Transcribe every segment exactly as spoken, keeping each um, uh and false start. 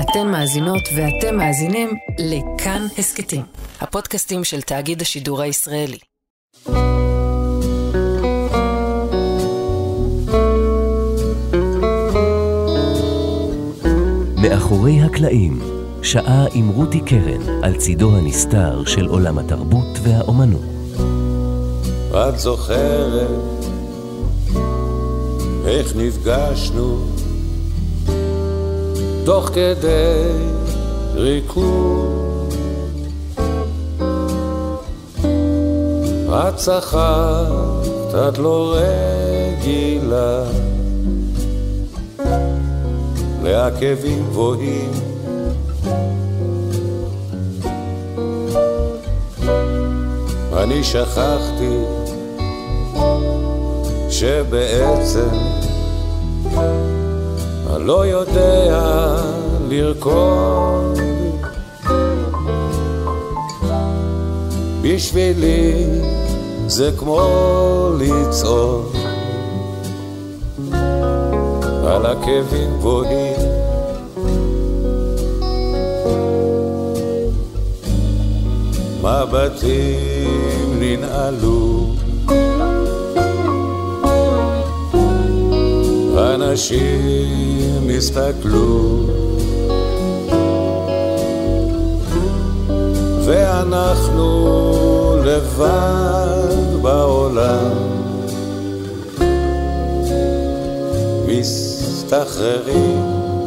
אתן מאזינות ואתם מאזינים לכאן הסקטים, הפודקאסטים של תאגיד השידור הישראלי. מאחורי הקלעים, שעה עם רותי קרן על צידו הנסתר של עולם התרבות והאומנות. את זוכרת איך נפגשנו תוך כדי ריקוד, את צחקת, את לא רגילה לעקבים גבוהים, אני שכחתי שבעצם אני לא יודע לרקוד, בשבילי זה כמו לצעוד על עקבים גבוהים. מבטים ננעלו, אנשים הסתכלו, ואנחנו לבד בעולם מסתחררים.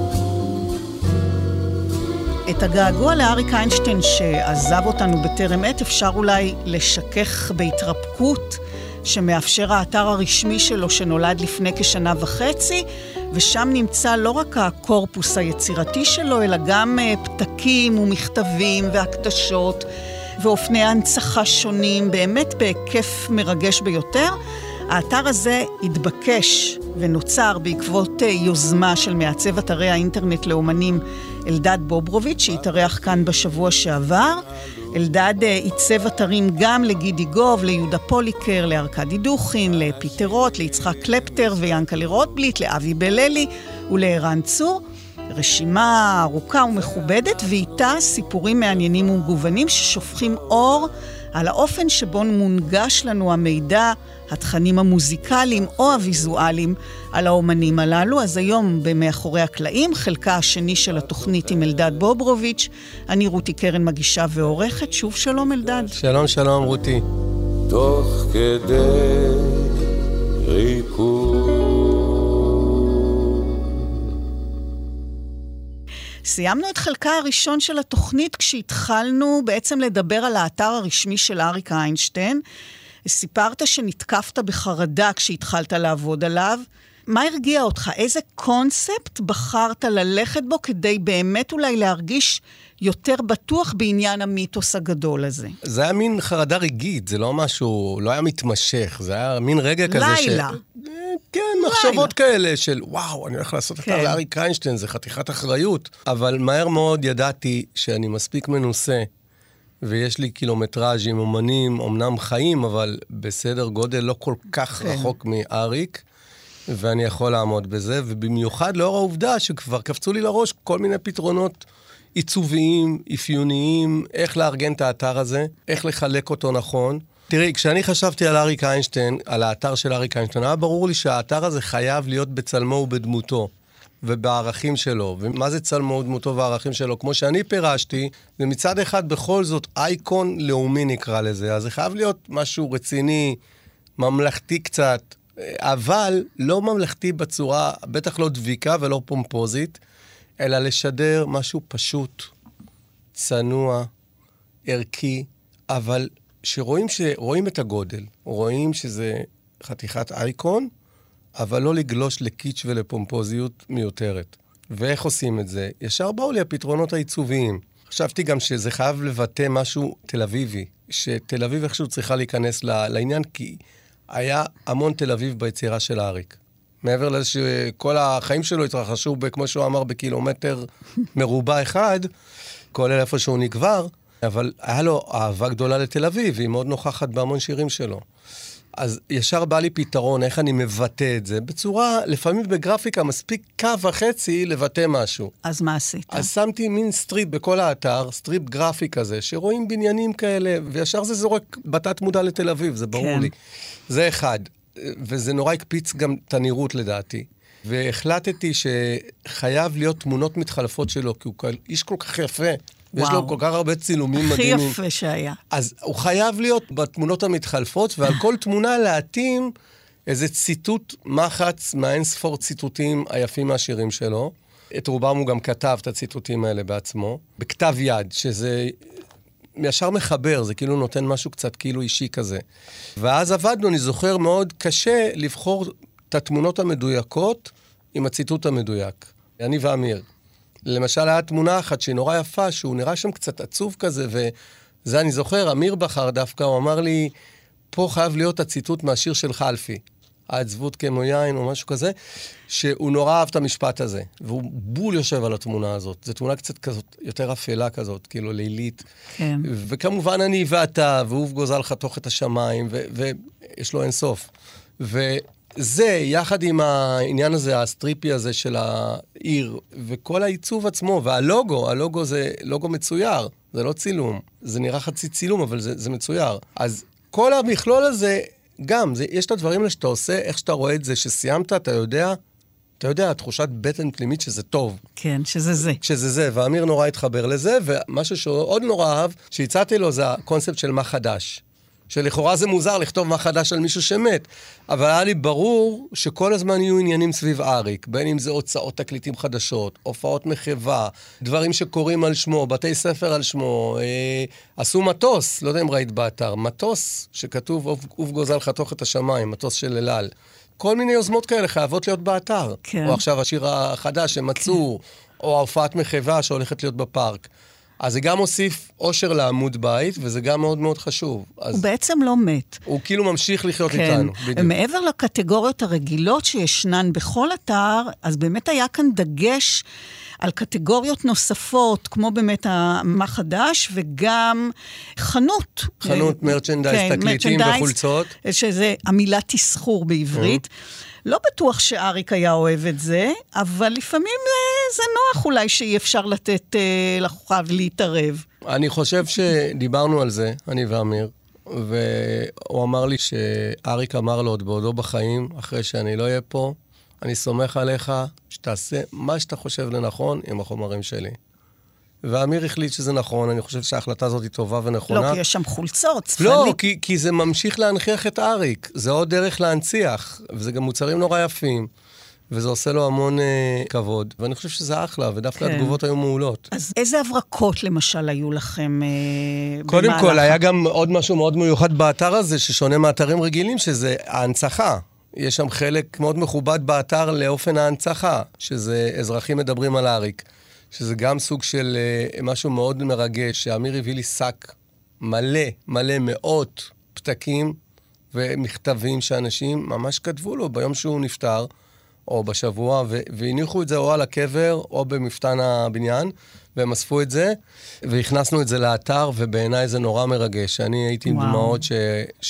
את הגעגוע לאריק איינשטיין שעזב אותנו בטרם עת אפשר אולי לשכך בהתרפקות שמאפשר האתר הרשמי שלו שנולד לפני כשנה וחצי, ושם נמצא לא רק הקורפוס היצירתי שלו, אלא גם פתקים ומכתבים והקדשות ואופני הנצחה שונים, באמת בהיקף מרגש ביותר. האתר הזה התבקש ונוצר בעקבות יוזמה של מעצב אתרי האינטרנט לאומנים אלדד בוברוביץ' שהתארח כאן בשבוע שעבר. אלדד עיצב אתרים גם לגידי גוב, ליהודה פוליקר, לארקדי דוכין, לפיטרות, ליצחק קלפטר ויאנקלה רוטבליט, לאבי בללי ולערן צור. רשימה ארוכה ומכובדת, ואיתה סיפורים מעניינים ומגוונים ששופכים אור על האופן שבו מונגש לנו המידע, התכנים המוזיקליים או הוויזואליים על האומנים הללו. אז היום במאחורי הקלעים, חלקה השני של התוכנית עם אלדד בוברוביץ', אני רותי קרן מגישה ועורכת. שוב שלום אלדד. שלום שלום רותי. תוך כדי ריקוד. סיימנו את חלקה הראשון של התוכנית כשהתחלנו בעצם לדבר על האתר הרשמי של אריק איינשטיין. סיפרת שנתקפת בחרדה כשהתחלת לעבוד עליו. מה הרגיע אותך? איזה קונספט בחרת ללכת בו כדי באמת אולי להרגיש יותר בטוח בעניין המיתוס הגדול הזה? זה היה מין חרדה רגעית, זה לא משהו, לא היה מתמשך, זה היה מין רגע כזה ש... לילה. כן, מחשבות כאלה של וואו, אני הולך לעשות אתר לאריק איינשטיין, זה חתיכת אחריות. אבל מהר מאוד ידעתי שאני מספיק מנוסה, ויש לי קילומטראז' עם אומנים, אמנם חיים, אבל בסדר גודל לא כל כך רחוק מאריק, ואני יכול לעמוד בזה, ובמיוחד לאור העובדה שכבר קפצו לי לראש כל מיני פתרונות עיצוביים, אפיוניים, איך לארגן את האתר הזה, איך לחלק אותו נכון. תראי, כשאני חשבתי על אריק איינשטיין, על האתר של אריק איינשטיין, היה ברור לי שהאתר הזה חייב להיות בצלמו ובדמותו, ובערכים שלו. ומה זה צלמו ודמותו והערכים שלו? כמו שאני פירשתי, זה מצד אחד בכל זאת אייקון לאומי נקרא לזה, אז זה חייב להיות משהו רציני, ממלכתי קצת, אבל לא ממלכתי בצורה, בטח לא דביקה ולא פומפוזית, אלא לשדר משהו פשוט, צנוע, ערכי, אבל שרואים שרואים את הגודל, רואים שזה חתיכת אייקון, אבל לא לגלוש לקיץ' ולפומפוזיות מיותרת. ואיך עושים את זה? ישר באו לי הפתרונות העיצוביים. חשבתי גם שזה חייב לבטא משהו תל אביבי, שתל אביב איכשהו צריכה להיכנס לעניין, כי היה המון תל אביב ביצירה של אריק. מעבר לזה שכל החיים שלו התרחשו, כמו שהוא אמר, בקילומטר מרובע אחד, כולל איפה שהוא נקבר, אבל היה לו אהבה גדולה לתל אביב, והיא מאוד נוכחת בהמון שירים שלו. אז ישר בא לי פתרון, איך אני מבטא את זה, בצורה, לפעמים בגרפיקה, מספיק קו וחצי לבטא משהו. אז מה עשית? אז שמתי מין סטריפ בכל האתר, סטריפ גרפי כזה, שרואים בניינים כאלה, וישר זה זורק בתת מודע לתל אביב, זה ברור כן. לי. זה אחד, וזה נורא הקפיץ גם את הנראות לדעתי. והחלטתי שחייב להיות תמונות מתחלפות שלו, כי הוא איש כל כך יפה, ויש לו כל כך הרבה צילומים מדהימים. הכי יפה שהיה. אז הוא חייב להיות בתמונות המתחלפות, ועל כל תמונה להתאים איזה ציטוט מחץ מהאין ספור ציטוטים היפים מהשירים שלו. את רובם הוא גם כתב את הציטוטים האלה בעצמו, בכתב יד, שזה ישר מחבר, זה כאילו נותן משהו קצת כאילו אישי כזה. ואז עבדנו, אני זוכר מאוד קשה לבחור את התמונות המדויקות עם הציטוט המדויק. אני ואמיר. למשל, היה תמונה אחת שהיא נורא יפה, שהוא נראה שם קצת עצוב כזה, וזה אני זוכר, אמיר בחר דווקא, הוא אמר לי, פה חייב להיות הציטוט מהשיר של חלפי, העצבות כמו יין או משהו כזה, שהוא נורא אהב את המשפט הזה, והוא בול יושב על התמונה הזאת. זו תמונה קצת כזאת, יותר אפלה כזאת, כאילו לילית. כן. וכמובן אני ואתה, והוא גוזל חתוך את השמיים, ויש לו אינסוף. ו... זה, יחד עם העניין הזה, הסטריפי הזה של העיר, וכל העיצוב עצמו, והלוגו, הלוגו זה לוגו מצויר, זה לא צילום. זה נראה חצי צילום, אבל זה, זה מצויר. אז כל המכלול הזה, גם, זה, יש את הדברים האלה שאתה עושה, איך שאתה רואה את זה, שסיימת, אתה יודע, אתה יודע, תחושת בטן פנימית שזה טוב. כן, שזה זה. שזה זה, ואמיר נורא התחבר לזה, ומשהו שעוד נורא אהב, שהצעתי לו זה הקונספט של מה חדש. שלכאורה זה מוזר לכתוב מה חדש על מישהו שמת, אבל היה לי ברור שכל הזמן יהיו עניינים סביב אריק, בין אם זה הוצאות תקליטים חדשות, הופעות מחווה, דברים שקורים על שמו, בתי ספר על שמו, אה, עשו מטוס, לא יודע אם ראית באתר, מטוס שכתוב אוף גוזל חתוך את השמיים, מטוס של אלל. כל מיני יוזמות כאלה חייבות להיות באתר. כן. או עכשיו השיר החדש שמצאו, כן. או ההופעת מחווה שהולכת להיות בפארק. אז זה גם מוסיף אושר לעמוד בית, וזה גם מאוד מאוד חשוב. אז הוא בעצם לא מת. הוא כאילו ממשיך לחיות כן. איתנו. בדיוק. מעבר לקטגוריות הרגילות שישנן בכל אתר, אז באמת היה כאן דגש על קטגוריות נוספות, כמו באמת מה חדש, וגם חנות. חנות, מרצ'נדייז, כן, תקליטים וחולצות. שזה המילה תסחור בעברית. לא בטוח שאריק היה אוהב את זה, אבל לפעמים זה נוח אולי שאי אפשר לתת לכוכב להתערב. אני חושב שדיברנו על זה, אני ואמיר, והוא אמר לי שאריק אמר לו עוד בעודו בחיים, אחרי שאני לא אהיה פה, אני סומך עליך שתעשה מה שאתה חושב לנכון עם החומרים שלי. ואמיר החליט שזה נכון, אני חושב שההחלטה הזאת היא טובה ונכונה. לא, כי יש שם חולצות, צפלים. לא, כי, כי זה ממשיך להנכיח את אריק. זה עוד דרך להנציח, וזה גם מוצרים נורא יפים, וזה עושה לו המון אה, כבוד. ואני חושב שזה אחלה, ודווקא כן. התגובות היו מעולות. אז איזה הברקות למשל היו לכם אה, קודם במהלך? כל, היה גם עוד משהו מאוד מיוחד באתר הזה, ששונה מאתרים רגילים, שזה ההנצחה. יש שם חלק מאוד מכובד באתר לאופן ההנצחה, שזה אזרחים מדברים על אריק. שזה גם סוג של uh, משהו מאוד מרגש, שאמיר הביא לי שק מלא, מלא מאות פתקים ומכתבים שאנשים ממש כתבו לו ביום שהוא נפטר, או בשבוע, ו- והניחו את זה או על הקבר או במפתן הבניין, והם אספו את זה, והכנסנו את זה לאתר, ובעיניי זה נורא מרגש. אני הייתי עם דמעות ש...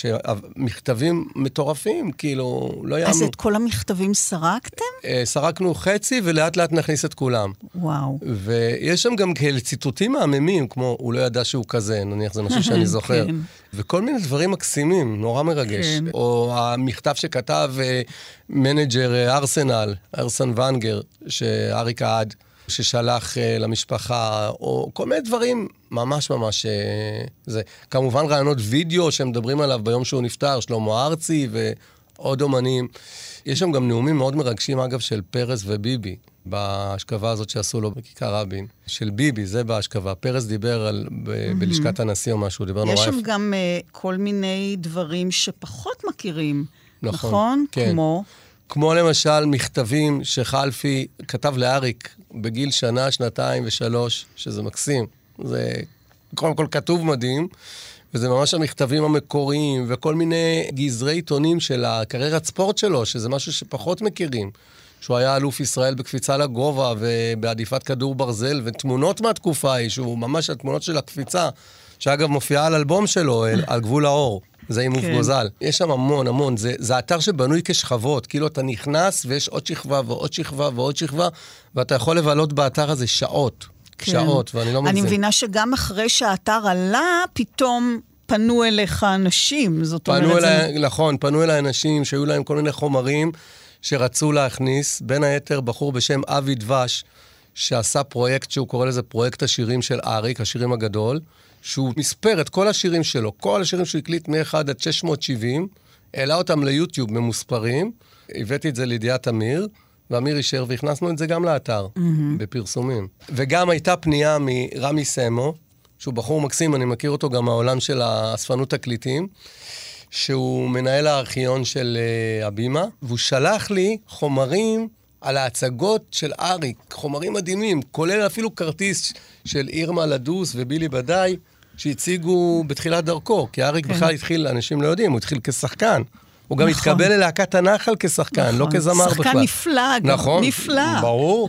שמכתבים מטורפים, כאילו, לא יאמנו. אז את כל המכתבים סרקתם? סרקנו חצי, ולאט לאט נכניס את כולם. וואו. ויש שם גם כאלה ציטוטים מהממים, כמו, הוא לא ידע שהוא כזה, נניח, זה משהו שאני זוכר. כן. וכל מיני דברים מקסימים, נורא מרגש. כן. או המכתב שכתב מנג'ר ארסנל, ארסן ונגר, שאריק העד, ששלח uh, למשפחה, או כל מיני דברים ממש ממש... Uh, זה. כמובן רעיונות וידאו שמדברים עליו ביום שהוא נפטר, שלמה ארצי ועוד אומנים. יש שם גם נאומים מאוד מרגשים, אגב, של פרס וביבי, בהשכבה הזאת שעשו לו בכיכר רבין. של ביבי, זה בהשכבה. פרס דיבר על, ב- mm-hmm. בלשכת הנשיא או משהו, דיבר נורא... יש שם גם uh, כל מיני דברים שפחות מכירים, נכון? נכון? כן. כמו... כמו למשל מכתבים שחלפי כתב לאריק בגיל שנה, שנתיים ושלוש, שזה מקסים. זה קודם כל כתוב מדהים, וזה ממש המכתבים המקוריים, וכל מיני גזרי עיתונים של הקריירת ספורט שלו, שזה משהו שפחות מכירים. שהוא היה אלוף ישראל בקפיצה לגובה ובעדיפת כדור ברזל, ותמונות מהתקופה היא, שהוא ממש התמונות של הקפיצה, שאגב מופיעה על אלבום שלו, על גבול האור. זה עם אוף גוזל. יש שם המון, המון. זה, זה אתר שבנוי כשכבות. כאילו אתה נכנס ויש עוד שכבה ועוד שכבה ועוד שכבה, ואתה יכול לבלות באתר הזה שעות. כן. שעות, ואני לא מגזים. אני מבינה שגם אחרי שהאתר עלה, פתאום פנו אליך אנשים. זאת פנו אומרת... אליי, זה... נכון, פנו אליי אנשים שהיו להם כל מיני חומרים שרצו להכניס. בין היתר בחור בשם אבי דבש, שעשה פרויקט שהוא קורא לזה פרויקט השירים של אריק, השירים הגדול, שהוא מספר את כל השירים שלו, כל השירים שהוא הקליט מ-אחד עד שש מאות שבעים, העלה אותם ליוטיוב ממוספרים, הבאתי את זה לידיעת אמיר, ואמיר אישר, והכנסנו את זה גם לאתר, mm-hmm. בפרסומים. וגם הייתה פנייה מרמי סמו, שהוא בחור מקסים, אני מכיר אותו גם מהעולם של האספנות תקליטים, שהוא מנהל הארכיון של uh, הבימה, והוא שלח לי חומרים על ההצגות של אריק, חומרים מדהימים, כולל אפילו כרטיס של אירמה לדוס ובילי בדאי, שהציגו בתחילת דרכו, כי אריק כן. בכלל התחיל, אנשים לא יודעים, הוא התחיל כשחקן. הוא גם נכון. התקבל ללהקת הנחל כשחקן, נכון. לא כזמר בכלל. שחקן נפלא, נכון, נפלא. ברור.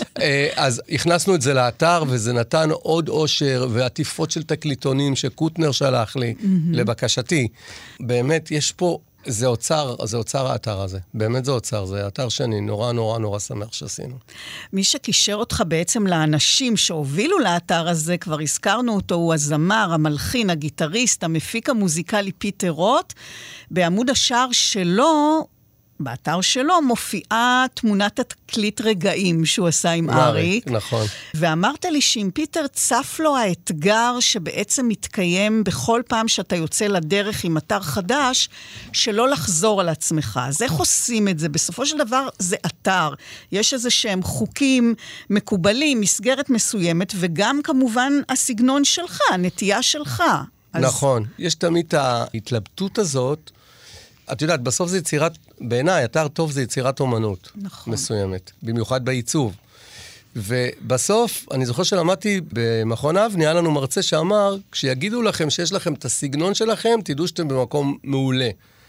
אז הכנסנו את זה לאתר, וזה נתן עוד אושר, ועטיפות של תקליטונים שקוטנר שלח לי, לבקשתי. באמת, יש פה... זה אוצר, זה אוצר האתר הזה. באמת זה אוצר, זה אתר שאני נורא נורא נורא שמח שעשינו. מי שקישר אותך בעצם לאנשים שהובילו לאתר הזה, כבר הזכרנו אותו, הוא הזמר, המלחין, הגיטריסט, המפיק המוזיקלי פיטר רוט. בעמוד השער שלו, באתר שלו, מופיעה תמונת התקליט רגעים שהוא עשה עם אריק. נכון. ואמרת לי שעם פיטר צף לו האתגר שבעצם מתקיים בכל פעם שאתה יוצא לדרך עם אתר חדש, שלא לחזור על עצמך. אז איך עושים את זה? בסופו של דבר זה אתר. יש איזה שהם חוקים מקובלים, מסגרת מסוימת, וגם כמובן הסגנון שלך, הנטייה שלך. אז... נכון. יש תמיד ההתלבטות הזאת, את יודעת, בסוף זה יצירת, בעיניי, אתר טוב זה יצירת אומנות נכון. מסוימת, במיוחד בעיצוב. ובסוף, אני זוכר שלמדתי במכון אבני, היה לנו מרצה שאמר, כשיגידו לכם שיש לכם את הסגנון שלכם, תדעו שאתם במקום מעולה.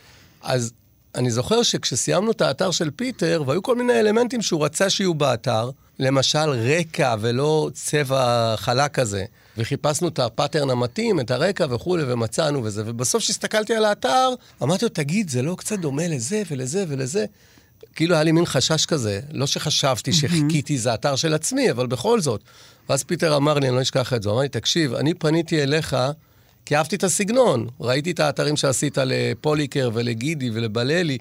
אז אני זוכר שכשסיימנו את האתר של פיטר, והיו כל מיני אלמנטים שהוא רצה שיהיו באתר, למשל רקע ולא צבע חלק כזה, וחיפשנו את הפאטרן המתאים, את הרקע וכו' ומצאנו וזה, ובסוף שהסתכלתי על האתר, אמרתי לו, תגיד, זה לא קצת דומה לזה ולזה ולזה? כאילו היה לי מין חשש כזה, לא שחשבתי שחיכיתי, זה אתר של עצמי, אבל בכל זאת. ואז פיטר אמר לי, אני לא אשכח את זה, אמר לי, תקשיב, אני פניתי אליך, כי אהבתי את הסגנון, ראיתי את האתרים שעשית לפוליקר ולגידי ולבללי,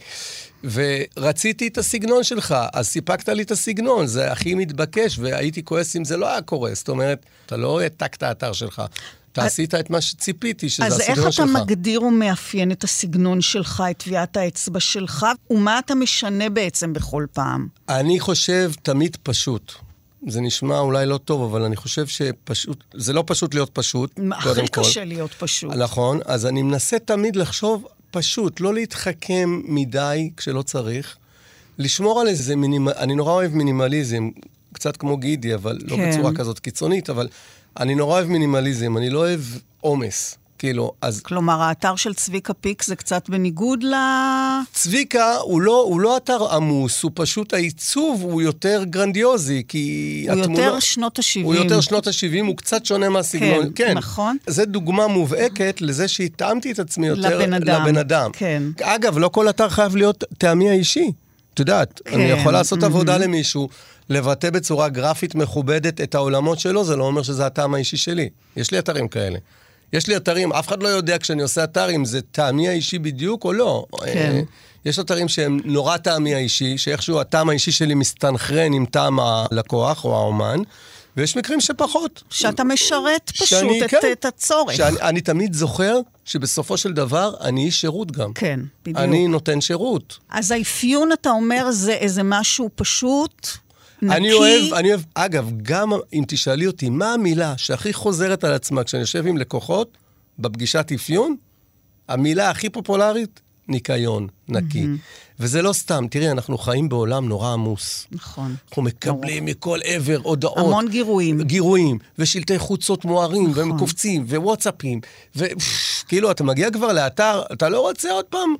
ורציתי את הסגנון שלך, אז סיפקת לי את הסגנון, זה הכי מתבקש, והייתי כועס אם זה לא היה קורה, זאת אומרת, אתה לא העתק את האתר שלך, אתה עשית את מה שציפיתי, שזה הסגנון שלך. אז איך אתה מגדיר ומאפיין את הסגנון שלך, את טביעת האצבע שלך, ומה אתה משנה בעצם בכל פעם? אני חושב תמיד פשוט. זה נשמע אולי לא טוב, אבל אני חושב שפשוט, זה לא פשוט להיות פשוט. הכי קשה להיות פשוט. נכון, אז אני מנסה תמיד לחשוב פשוט, לא להתחכם מדי כשלא צריך, לשמור על איזה מינימל, אני נורא אוהב מינימליזם, קצת כמו גידי, אבל לא כן. בצורה כזאת קיצונית, אבל אני נורא אוהב מינימליזם, אני לא אוהב עומס. כאילו, אז... כלומר, האתר של צביקה פיק זה קצת בניגוד ל... צביקה הוא לא, הוא לא אתר עמוס, הוא פשוט העיצוב, הוא יותר גרנדיוזי, כי... הוא התמונות, יותר שנות ה-שבעים. הוא יותר שנות ה-שבעים, הוא קצת שונה מהסגנון. כן, כן, נכון. זה דוגמה מובהקת לזה שהתאמתי את עצמי יותר לבן אדם. לבן אדם. כן. אגב, לא כל אתר חייב להיות טעמי האישי. את יודעת, כן. אני יכול לעשות עבודה למישהו, לבטא בצורה גרפית מכובדת את העולמות שלו, זה לא אומר שזה הטעם האישי שלי. יש לי אתרים כאלה. יש לי אתרים, אף אחד לא יודע כשאני עושה אתרים, זה טעמי האישי בדיוק או לא. כן. יש אתרים שהם נורא טעמי האישי, שאיכשהו הטעם האישי שלי מסתנכרן עם טעם הלקוח או האומן, ויש מקרים שפחות. שאתה משרת פשוט שאני, את, כן, את הצורך. שאני אני תמיד זוכר שבסופו של דבר אני איש שירות גם. כן, בדיוק. אני נותן שירות. אז האפיון, אתה אומר, זה איזה משהו פשוט... נקי. אני אוהב, אני אוהב, אגב, גם אם תשאלי אותי, מה המילה שהכי חוזרת על עצמה כשאני יושב עם לקוחות, בפגישת אפיון, המילה הכי פופולרית, ניקיון, נקי. Mm-hmm. וזה לא סתם, תראי, אנחנו חיים בעולם נורא עמוס. נכון. אנחנו מקבלים נורא. מכל עבר הודעות. המון גירויים. גירויים, ושלטי חוצות מוארים, נכון. ומקופצים, ווואטסאפים, וכאילו, אתה מגיע כבר לאתר, אתה לא רוצה עוד פעם...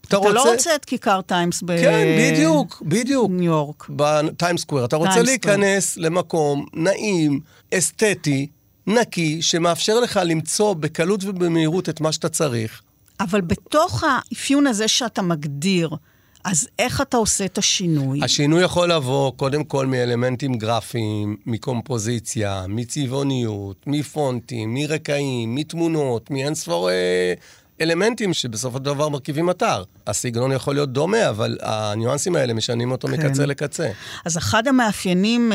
אתה רוצה... לא רוצה את כיכר טיימס ב... כן, בדיוק, בדיוק. ניו יורק. בטיימס סקוואר. אתה רוצה להיכנס למקום נעים, אסתטי, נקי, שמאפשר לך למצוא בקלות ובמהירות את מה שאתה צריך. אבל בתוך האפיון הזה שאתה מגדיר, אז איך אתה עושה את השינוי? השינוי יכול לבוא קודם כל מאלמנטים גרפיים, מקומפוזיציה, מצבעוניות, מפונטים, מרקעים, מתמונות, מאינספור אלמנטים שבסוף הדבר מרכיבים אתר. הסגנון יכול להיות דומה, אבל הניואנסים האלה משנים אותו כן. מקצה לקצה. אז אחד המאפיינים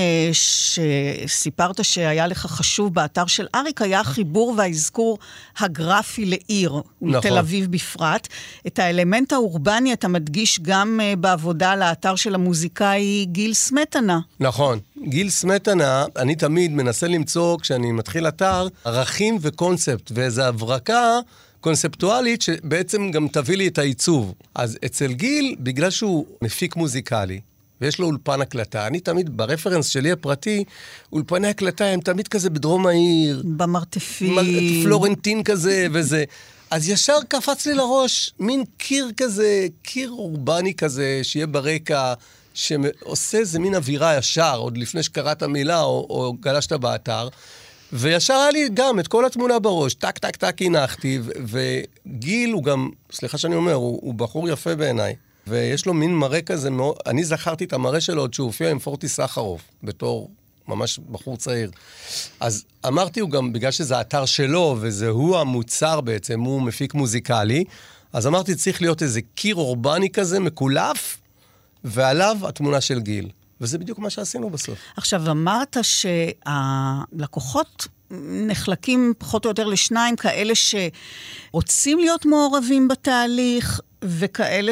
שסיפרת שהיה לך חשוב באתר של אריק, היה החיבור והאזכור הגרפי לעיר, נכון. ולתל אביב בפרט. את האלמנט האורבני אתה מדגיש גם בעבודה על האתר של המוזיקאי גיל סמטנה. נכון. גיל סמטנה, אני תמיד מנסה למצוא, כשאני מתחיל אתר, ערכים וקונספט, ואיזו הברקה קונספטואלית שבעצם גם תביא לי את העיצוב. אז אצל גיל, בגלל שהוא מפיק מוזיקלי, ויש לו אולפן הקלטה, אני תמיד, ברפרנס שלי הפרטי, אולפני הקלטה הם תמיד כזה בדרום העיר. במרתפים. פלורנטין כזה וזה. אז ישר קפץ לי לראש, מין קיר כזה, קיר אורבני כזה, שיהיה ברקע, שעושה איזה מין אווירה ישר, עוד לפני שקראת מילה או, או גלשת באתר. וישר היה לי גם את כל התמונה בראש, טק, טק, טק, הנחתי, וגיל הוא גם, סליחה שאני אומר, הוא, הוא בחור יפה בעיניי, ויש לו מין מראה כזה, אני זכרתי את המראה שלו עוד שהוא הופיע עם פורטי סחרוף, בתור ממש בחור צעיר. אז אמרתי, הוא גם, בגלל שזה האתר שלו, וזה הוא המוצר בעצם, הוא מפיק מוזיקלי, אז אמרתי, צריך להיות איזה קיר אורבני כזה, מקולף, ועליו התמונה של גיל. וזה בדיוק מה שעשינו בסוף. עכשיו, אמרת שהלקוחות נחלקים פחות או יותר לשניים, כאלה שרוצים להיות מעורבים בתהליך, וכאלה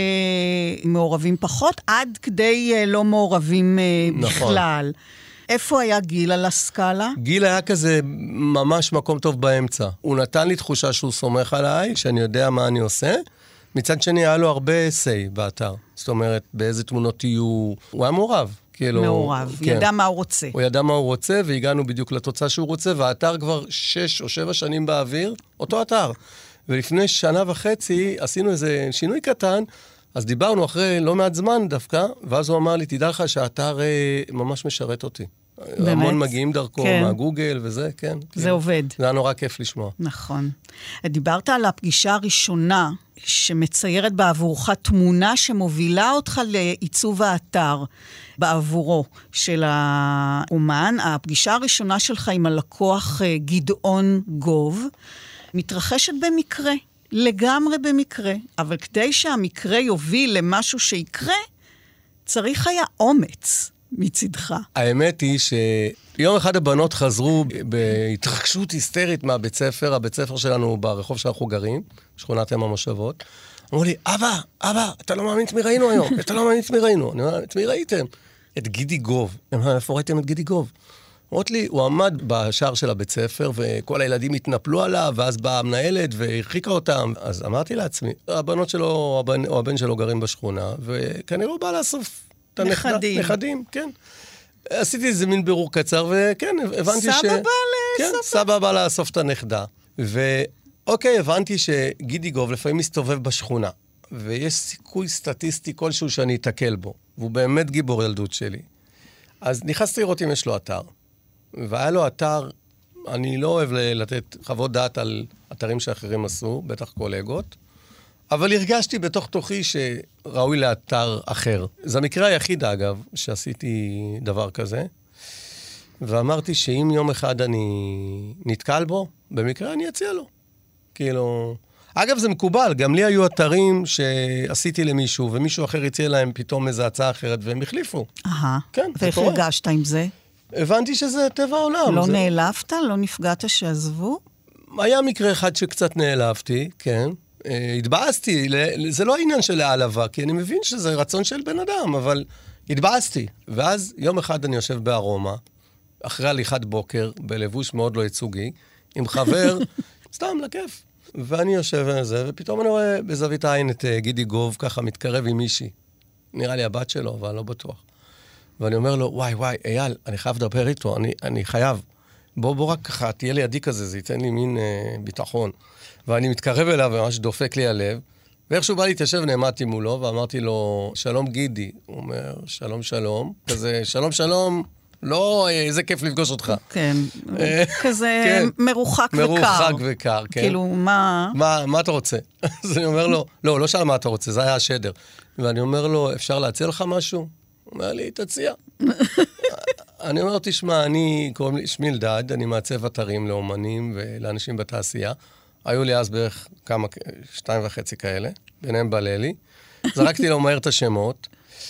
שמעורבים פחות, עד כדי לא מעורבים נכון. בכלל. איפה היה גיל על הסקאלה? גיל היה כזה ממש מקום טוב באמצע. הוא נתן לי תחושה שהוא סומך עליי, שאני יודע מה אני עושה, מצד שני היה לו הרבה סי באתר. זאת אומרת, באיזה תמונות יהיו... הוא היה מעורב. כאילו, מעורב, כן. ידע מה הוא רוצה. הוא ידע מה הוא רוצה, והגענו בדיוק לתוצאה שהוא רוצה, והאתר כבר שש או שבע שנים באוויר, אותו אתר. ולפני שנה וחצי עשינו איזה שינוי קטן, אז דיברנו אחרי לא מעט זמן דווקא, ואז הוא אמר לי, תדע לך שהאתר אה, ממש משרת אותי. באמת? המון מגיעים דרכו, כן. מהגוגל וזה, כן. זה כן. עובד. זה היה נורא כיף לשמוע. נכון. דיברת על הפגישה הראשונה, שמציירת בעבורך תמונה שמובילה אותך לעיצוב האתר בעבורו של האומן. הפגישה הראשונה שלך עם הלקוח גדעון גוב, מתרחשת במקרה, לגמרי במקרה, אבל כדי שהמקרה יוביל למשהו שיקרה, צריך היה אומץ מצדך. האמת היא שיום אחד הבנות חזרו בהתרגשות היסטרית מהבית ספר, הבית ספר שלנו ברחוב שאנחנו גרים, שכונת אם המושבות. אמרו לי, אבא, אבא, אתה לא מאמין את מי ראינו היום, אתה לא מאמין את מי ראינו. אני אומר, את מי ראיתם? את גידי גוב. איפה ראיתם את גידי גוב? אמרות לי, הוא עמד בשער של הבית ספר, וכל הילדים התנפלו עליו, ואז באה המנהלת והרחיקה אותם. אז אמרתי לעצמי, הבנות שלו או הבן, או הבן שלו גרים בשכונה, וכנראה הוא בא לאסוף את הנכדים. נכדים. נכדים, כן. עשיתי איזה מין בירור קצר, וכן, הבנתי ש... סבא בא לאסוף. כן, סבא בא לאסוף את הנכדה. ואוקיי, הבנתי שגידי גוב לפעמים מסתובב בשכונה, ויש סיכוי סטטיסטי כלשהו שאני אתקל בו, והוא באמת גיבור ילדות שלי. אז נכנסתי לראות אם יש לו אתר. והיה לו אתר, אני לא אוהב לתת חוות דעת על אתרים שאחרים עשו, בטח קולגות, אבל הרגשתי בתוך תוכי שראוי לאתר אחר. זה המקרה היחיד, אגב, שעשיתי דבר כזה, ואמרתי שאם יום אחד אני נתקל בו, במקרה אני אציע לו. כאילו... אגב, זה מקובל, גם לי היו אתרים שעשיתי למישהו, ומישהו אחר הציע להם פתאום איזו הצעה אחרת, והם החליפו. אהה. כן, זה ואיך קורה. ואיך הרגשת עם זה? הבנתי שזה טבע העולם. לא זה... נעלבת? לא נפגעת שעזבו? היה מקרה אחד שקצת נעלבתי, כן. התבאסתי, זה לא העניין של העלבה, כי אני מבין שזה רצון של בן אדם, אבל התבאסתי. ואז יום אחד אני יושב בארומה, אחרי הליכת בוקר, בלבוש מאוד לא ייצוגי, עם חבר, סתם לכיף. ואני יושב על זה, ופתאום אני רואה בזווית העין את גידי גוב ככה מתקרב עם מישהי. נראה לי הבת שלו, אבל אני לא בטוח. ואני אומר לו, וואי, וואי, אייל, אני חייב לדבר איתו, אני, אני חייב. בוא, בוא רק ככה, תהיה לידי כזה, זה ייתן לי מין אה, ביטחון. ואני מתקרב אליו, וממש דופק לי הלב, ואיכשהו בא להתיישב, נעמדתי מולו, ואמרתי לו, שלום גידי. הוא אומר, שלום שלום. כזה, שלום שלום, לא, איזה כיף לפגוש אותך. כן, כזה מרוחק וקר. מרוחק וקר, כן. כאילו, מה... מה אתה רוצה? אז אני אומר לו, לא, לא שאל מה אתה רוצה, זה היה השדר. ואני אומר לו, אפשר להציע לך משהו? הוא אומר לי, תציע. אני אומר, תשמע, אני, קוראים לי שמי אלדד, אני מעצב אתרים לאומנים ולאנשים בתעשייה. היו לי אז בערך כמה, שתיים וחצי כאלה, ביניהם בלילי. זרקתי לו מהר את השמות,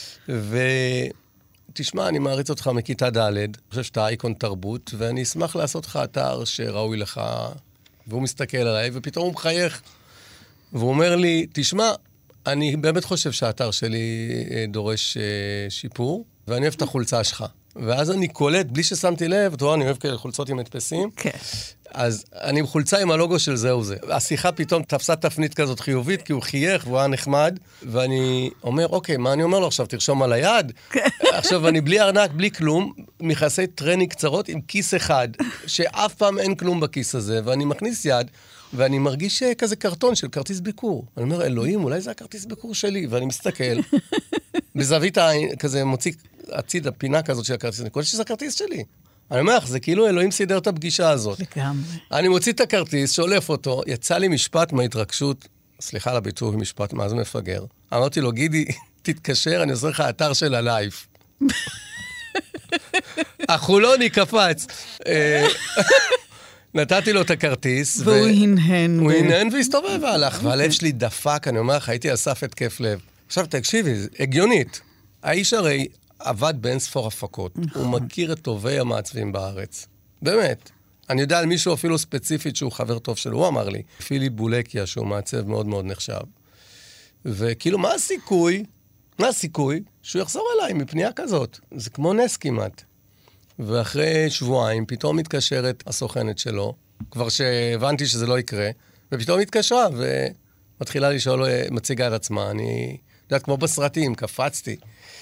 ותשמע, אני מעריץ אותך מכיתה ד', אני חושב שאתה אייקון תרבות, ואני אשמח לעשות לך אתר שראוי לך, והוא מסתכל עליי, ופתאום הוא מחייך, והוא אומר לי, תשמע, אני באמת חושב שהאתר שלי דורש שיפור, ואני אוהב את החולצה שלך. ואז אני קולט, בלי ששמתי לב, אתה רואה, אני אוהב כאלה חולצות עם מדפסים. כן. אז אני בחולצה עם הלוגו של זהו זה. השיחה פתאום תפסה תפנית כזאת חיובית, כי הוא חייך והוא היה נחמד, ואני אומר, אוקיי, מה אני אומר לו עכשיו? תרשום על היד? עכשיו, אני בלי ארנק, בלי כלום, מכסי טרני קצרות עם כיס אחד, שאף פעם אין כלום בכיס הזה, ואני מכניס יד, ואני מרגיש כזה קרטון של כרטיס ביקור. אני אומר, אלוהים, אולי זה הכרטיס ביקור שלי, ואני מסתכל, בזווית העין, כזה מוציא הציד, הפינה כזאת של הכרטיס, אני חושב שזה הכרטיס שלי. אני אומר לך, זה כאילו אלוהים סידר את הפגישה הזאת. לגמרי. אני מוציא את הכרטיס, שולף אותו, יצא לי משפט מההתרגשות, סליחה על הביטוי, משפט, מה זה מפגר? אמרתי לו, גידי, תתקשר, אני עושה לך אתר של הלייף. החולוני קפץ. נתתי לו את הכרטיס. והוא הנהן. הוא הנהן והסתובב והלך, והלב שלי דפק, אני אומר לך, הייתי אסף את כיף לב. עכשיו תקשיבי, הגיונית. האיש הרי עבד באין ספור הפקות. הוא מכיר את טובי המעצבים בארץ. באמת. אני יודע על מישהו אפילו ספציפית שהוא חבר טוב שלו, הוא אמר לי, פיליפ בולקיה, שהוא מעצב מאוד מאוד נחשב. וכאילו, מה הסיכוי, מה הסיכוי שהוא יחזור אליי מפנייה כזאת? זה כמו נס כמעט. ואחרי שבועיים, פתאום מתקשרת הסוכנת שלו, כבר שהבנתי שזה לא יקרה, ופתאום התקשרה, ומתחילה לשאול, מציגה את עצמה, אני יודעת, כמו בסרטים, קפצתי.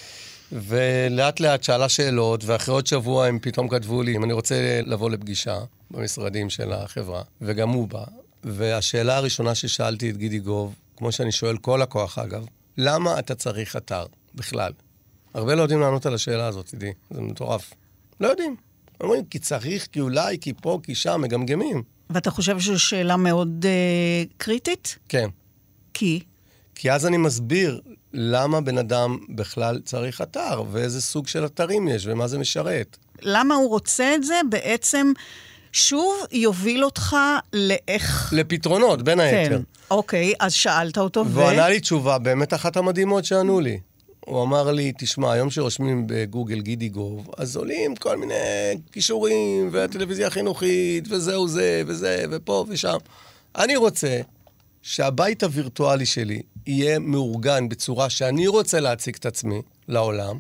ולאט לאט שאלה שאלות, ואחרי עוד שבוע הם פתאום כתבו לי, אם אני רוצה לבוא לפגישה במשרדים של החברה, וגם הוא בא. והשאלה הראשונה ששאלתי את גידי גוב, כמו שאני שואל כל הכוח אגב, למה אתה צריך אתר בכלל? הרבה לא יודעים לענות על השאלה הזאת, תדעי, זה מטורף. לא יודעים. אומרים, כי צריך, כי אולי, כי פה, כי שם, מגמגמים. ואתה חושב שזו שאלה מאוד uh, קריטית? כן. כי? כי אז אני מסביר למה בן אדם בכלל צריך אתר, ואיזה סוג של אתרים יש, ומה זה משרת. למה הוא רוצה את זה? בעצם שוב יוביל אותך לאיך... לפתרונות, בין היתר. כן, אוקיי, אז שאלת אותו ו... והוא ענה לי תשובה, באמת אחת המדהימות שענו לי. הוא אמר לי, תשמע, היום שרושמים בגוגל גידי גוב, אז עולים כל מיני קישורים, והטלוויזיה החינוכית, וזהו זה, וזה, ופה ושם. אני רוצה שהבית הווירטואלי שלי יהיה מאורגן בצורה שאני רוצה להציג את עצמי לעולם,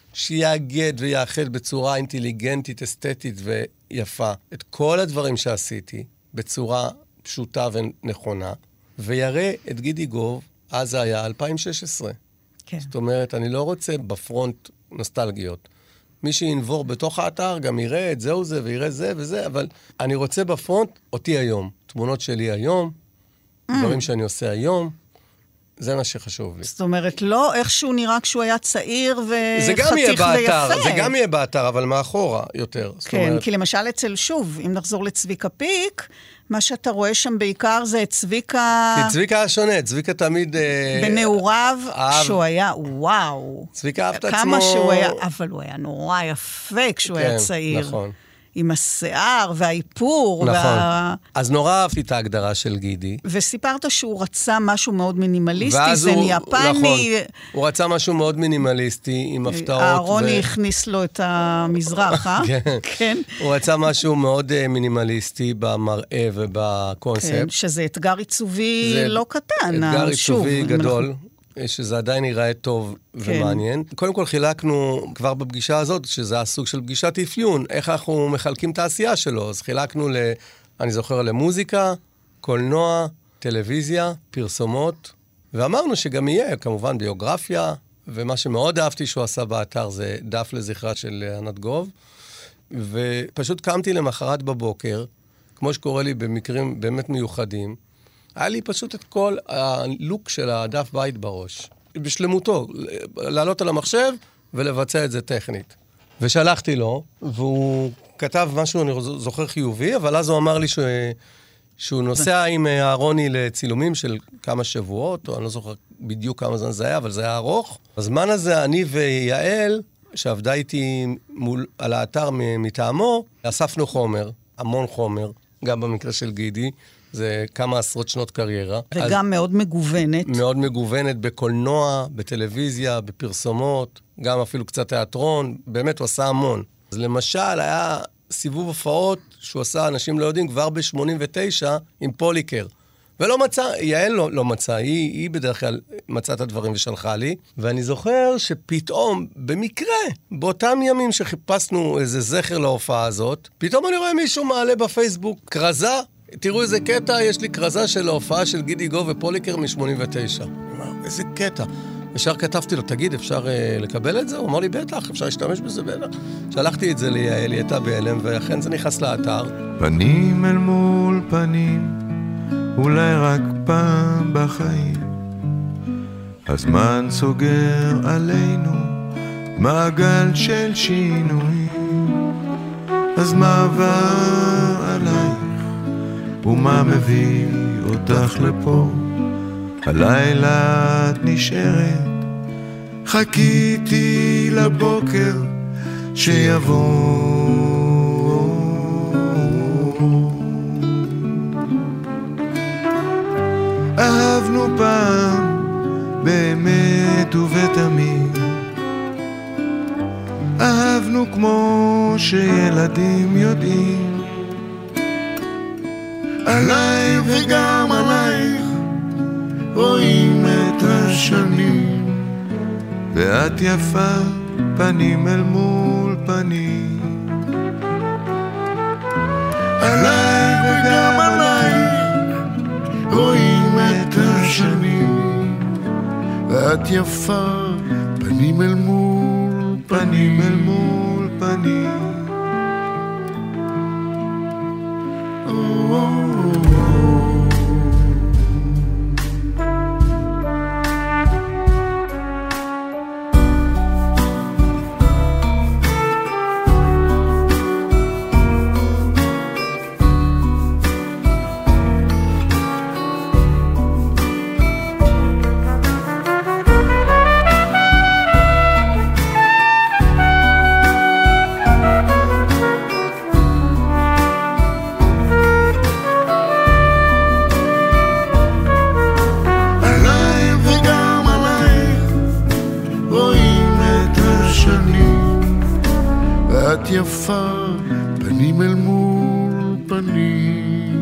שיאגד ויאחד בצורה אינטליגנטית, אסתטית ויפה את כל הדברים שעשיתי בצורה פשוטה ונכונה, ויראה את גידי גוב, אז זה היה אלפיים ושש עשרה. כן. זאת אומרת, אני לא רוצה בפרונט נוסטלגיות. מי שינבור בתוך האתר גם יראה את זהו זה ויראה זה וזה, אבל אני רוצה בפרונט אותי היום. תמונות שלי היום, mm. דברים שאני עושה היום, זה מה שחשוב לי. זאת אומרת, לא איכשהו נראה כשהוא היה צעיר וחתיך זה גם יהיה באתר, ויפה. זה גם יהיה באתר, אבל מאחורה יותר. כן, אומרת... כי למשל אצל שוב, אם נחזור לצביקה פיק, מה שאתה רואה שם בעיקר זה צביקה... כי צביקה היה שונה, צביקה תמיד... בנעוריו, אהב... שהוא היה, וואו. צביקה אהב את עצמו... כמה שהוא היה, אבל הוא היה נורא יפה כשהוא כן, היה צעיר. נכון. עם השיער והאיפור. נכון. וה... אז נורא אהבתי את ההגדרה של גידי. וסיפרת שהוא רצה משהו מאוד מינימליסטי, זה הוא, יפני. נכון, הוא רצה משהו מאוד מינימליסטי, עם הפתעות. אהרוני ו... הכניס לו את המזרח, אה? כן. כן. הוא רצה משהו מאוד uh, מינימליסטי במראה ובקונספט. כן, שזה אתגר עיצובי זה לא קטן. אתגר שוב, עיצובי גדול. אנחנו... שזה עדיין ייראה טוב ומעניין. קודם כל חילקנו כבר בפגישה הזאת, שזה הסוג של פגישת אפיון, איך אנחנו מחלקים את העשייה שלו. אז חילקנו, ל, אני זוכר, למוזיקה, קולנוע, טלוויזיה, פרסומות, ואמרנו שגם יהיה, כמובן, ביוגרפיה, ומה שמאוד אהבתי שהוא עשה באתר זה דף לזכרה של ענת גוב, ופשוט קמתי למחרת בבוקר, כמו שקורה לי במקרים באמת מיוחדים, היה לי פשוט את כל הלוק של הדף בית בראש. בשלמותו, לעלות על המחשב ולבצע את זה טכנית. ושלחתי לו, והוא כתב משהו, אני זוכר חיובי, אבל אז הוא אמר לי ש... שהוא נוסע עם אהרוני לצילומים של כמה שבועות, או אני לא זוכר בדיוק כמה זמן זה היה, אבל זה היה ארוך. בזמן הזה אני ויעל, שעבדה איתי מול, על האתר מטעמו, אספנו חומר, המון חומר, גם במקרה של גידי, זה כמה עשרות שנות קריירה. וגם אז, מאוד מגוונת. מאוד מגוונת בקולנוע, בטלוויזיה, בפרסומות, גם אפילו קצת תיאטרון, באמת הוא עשה המון. אז למשל היה סיבוב הופעות שהוא עשה, אנשים לא יודעים, כבר ב-שמונים ותשע עם פוליקר. ולא מצא, יעל לא, לא מצא, היא, היא בדרך כלל מצאה את הדברים ושלחה לי, ואני זוכר שפתאום, במקרה, באותם ימים שחיפשנו איזה זכר להופעה הזאת, פתאום אני רואה מישהו מעלה בפייסבוק קרזה, תראו איזה קטע, יש לי קרזה של ההופעה של גידי גו ופוליקר מ-שמונים ותשע. אני אומר, איזה קטע. ישר כתבתי לו, תגיד, אפשר uh, לקבל את זה? הוא אמר לי, בטח, אפשר להשתמש בזה, בטח. שלחתי את זה ליעל, היא הייתה בהלם, ואכן זה נכנס לאתר. פנים אל מול פנים, אולי רק פעם בחיים, הזמן סוגר עלינו מעגל של שינויים. אז מה עבר עלייך ומה מביא אותך לפה? הלילה את נשארת, חיכיתי לבוקר שיבוא. אהבנו פעם באמת ובתמיד, אהבנו כמו שילדים יודעים, עליי וגם עלייך רואים את השנים, ואת יפה פנים אל מול פנים. עליי וגם עלייך רואים את השנים, ואת יפה פנים אל מול פנים אל מול פנים. יפה פנים אל מול פנים.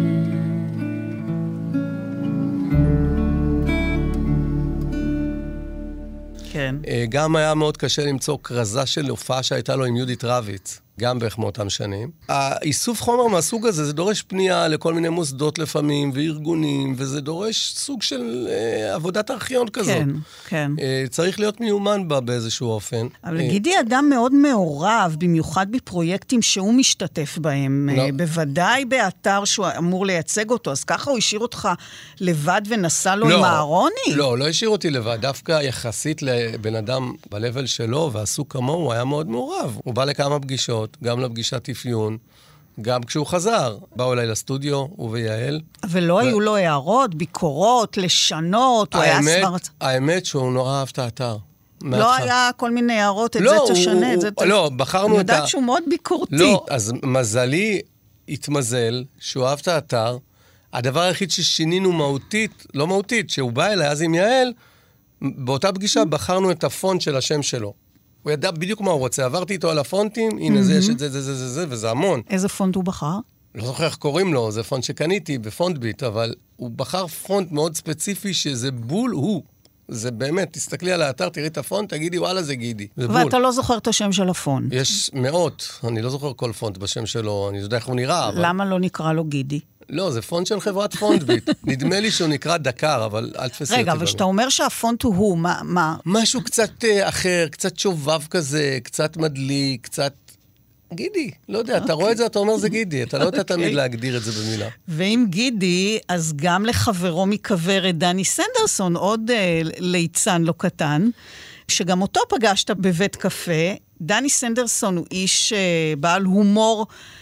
כן. גם היה מאוד קשה למצוא קרזה של הופעה שהייתה לו עם יהודית רביץ, גם בערך מאותם שנים. האיסוף חומר מהסוג הזה, זה דורש פנייה לכל מיני מוסדות לפעמים, וארגונים, וזה דורש סוג של אה, עבודת ארכיון כזאת. כן, כן. אה, צריך להיות מיומן בה באיזשהו אופן. אבל אה, גידי אדם מאוד מעורב, במיוחד בפרויקטים שהוא משתתף בהם, לא. אה, בוודאי באתר שהוא אמור לייצג אותו, אז ככה הוא השאיר אותך לבד ונסע לו לא, עם הארוני? לא, לא השאיר אותי לבד, דווקא יחסית לבן אדם בלבל שלו, ועשו כמוהו, הוא היה מאוד מעורב. הוא בא לכמה פגישות, גם לפגישת אפיון, גם כשהוא חזר. באו אליי לסטודיו, הוא ויעל. אבל לא ו... היו לו הערות, ביקורות, לשנות, הוא היה סמרת. האמת שהוא נורא אהב את האתר. לא היה כל מיני הערות, את לא, זה תשנה, את זה תשנה. לא, בחרנו את ה... אני יודעת שהוא מאוד ביקורתי. לא, אז מזלי התמזל שהוא אהב את האתר. הדבר היחיד ששינינו מהותית, לא מהותית, שהוא בא אליי אז עם יעל, באותה פגישה בחרנו את הפונט של השם שלו. הוא ידע בדיוק מה הוא רוצה. עברתי איתו על הפונטים, הנה זה, יש את זה, זה, זה, זה, זה, וזה המון. איזה פונט הוא בחר? לא זוכר איך קוראים לו, זה פונט שקניתי בפונט ביט, אבל הוא בחר פונט מאוד ספציפי שזה בול הוא. זה באמת, תסתכלי על האתר, תראי את הפונט, תגידי, וואלה, זה גידי. זה ואתה בול. לא זוכר את השם של הפונט. יש מאות, אני לא זוכר כל פונט בשם שלו, אני יודע איך הוא נראה, אבל... למה לא נקרא לו גידי? לא, זה פונט של חברת פונט ביט. נדמה לי שהוא נקרא דקר, אבל אל תפסי אותי. רגע, אבל שאתה אומר שהפונט הוא הוא, מה, מה? משהו קצת אחר, קצת שובב כזה, קצת מדליק, קצת... גידי, לא יודע, אתה רואה את זה, אתה אומר זה גידי, אתה לא יודע תמיד להגדיר את זה במילה. ואם גידי, אז גם לחברו מכוורת דני סנדרסון, עוד ליצן לא קטן, שגם אותו פגשת בבית קפה. דני סנדרסון הוא איש בעל הומור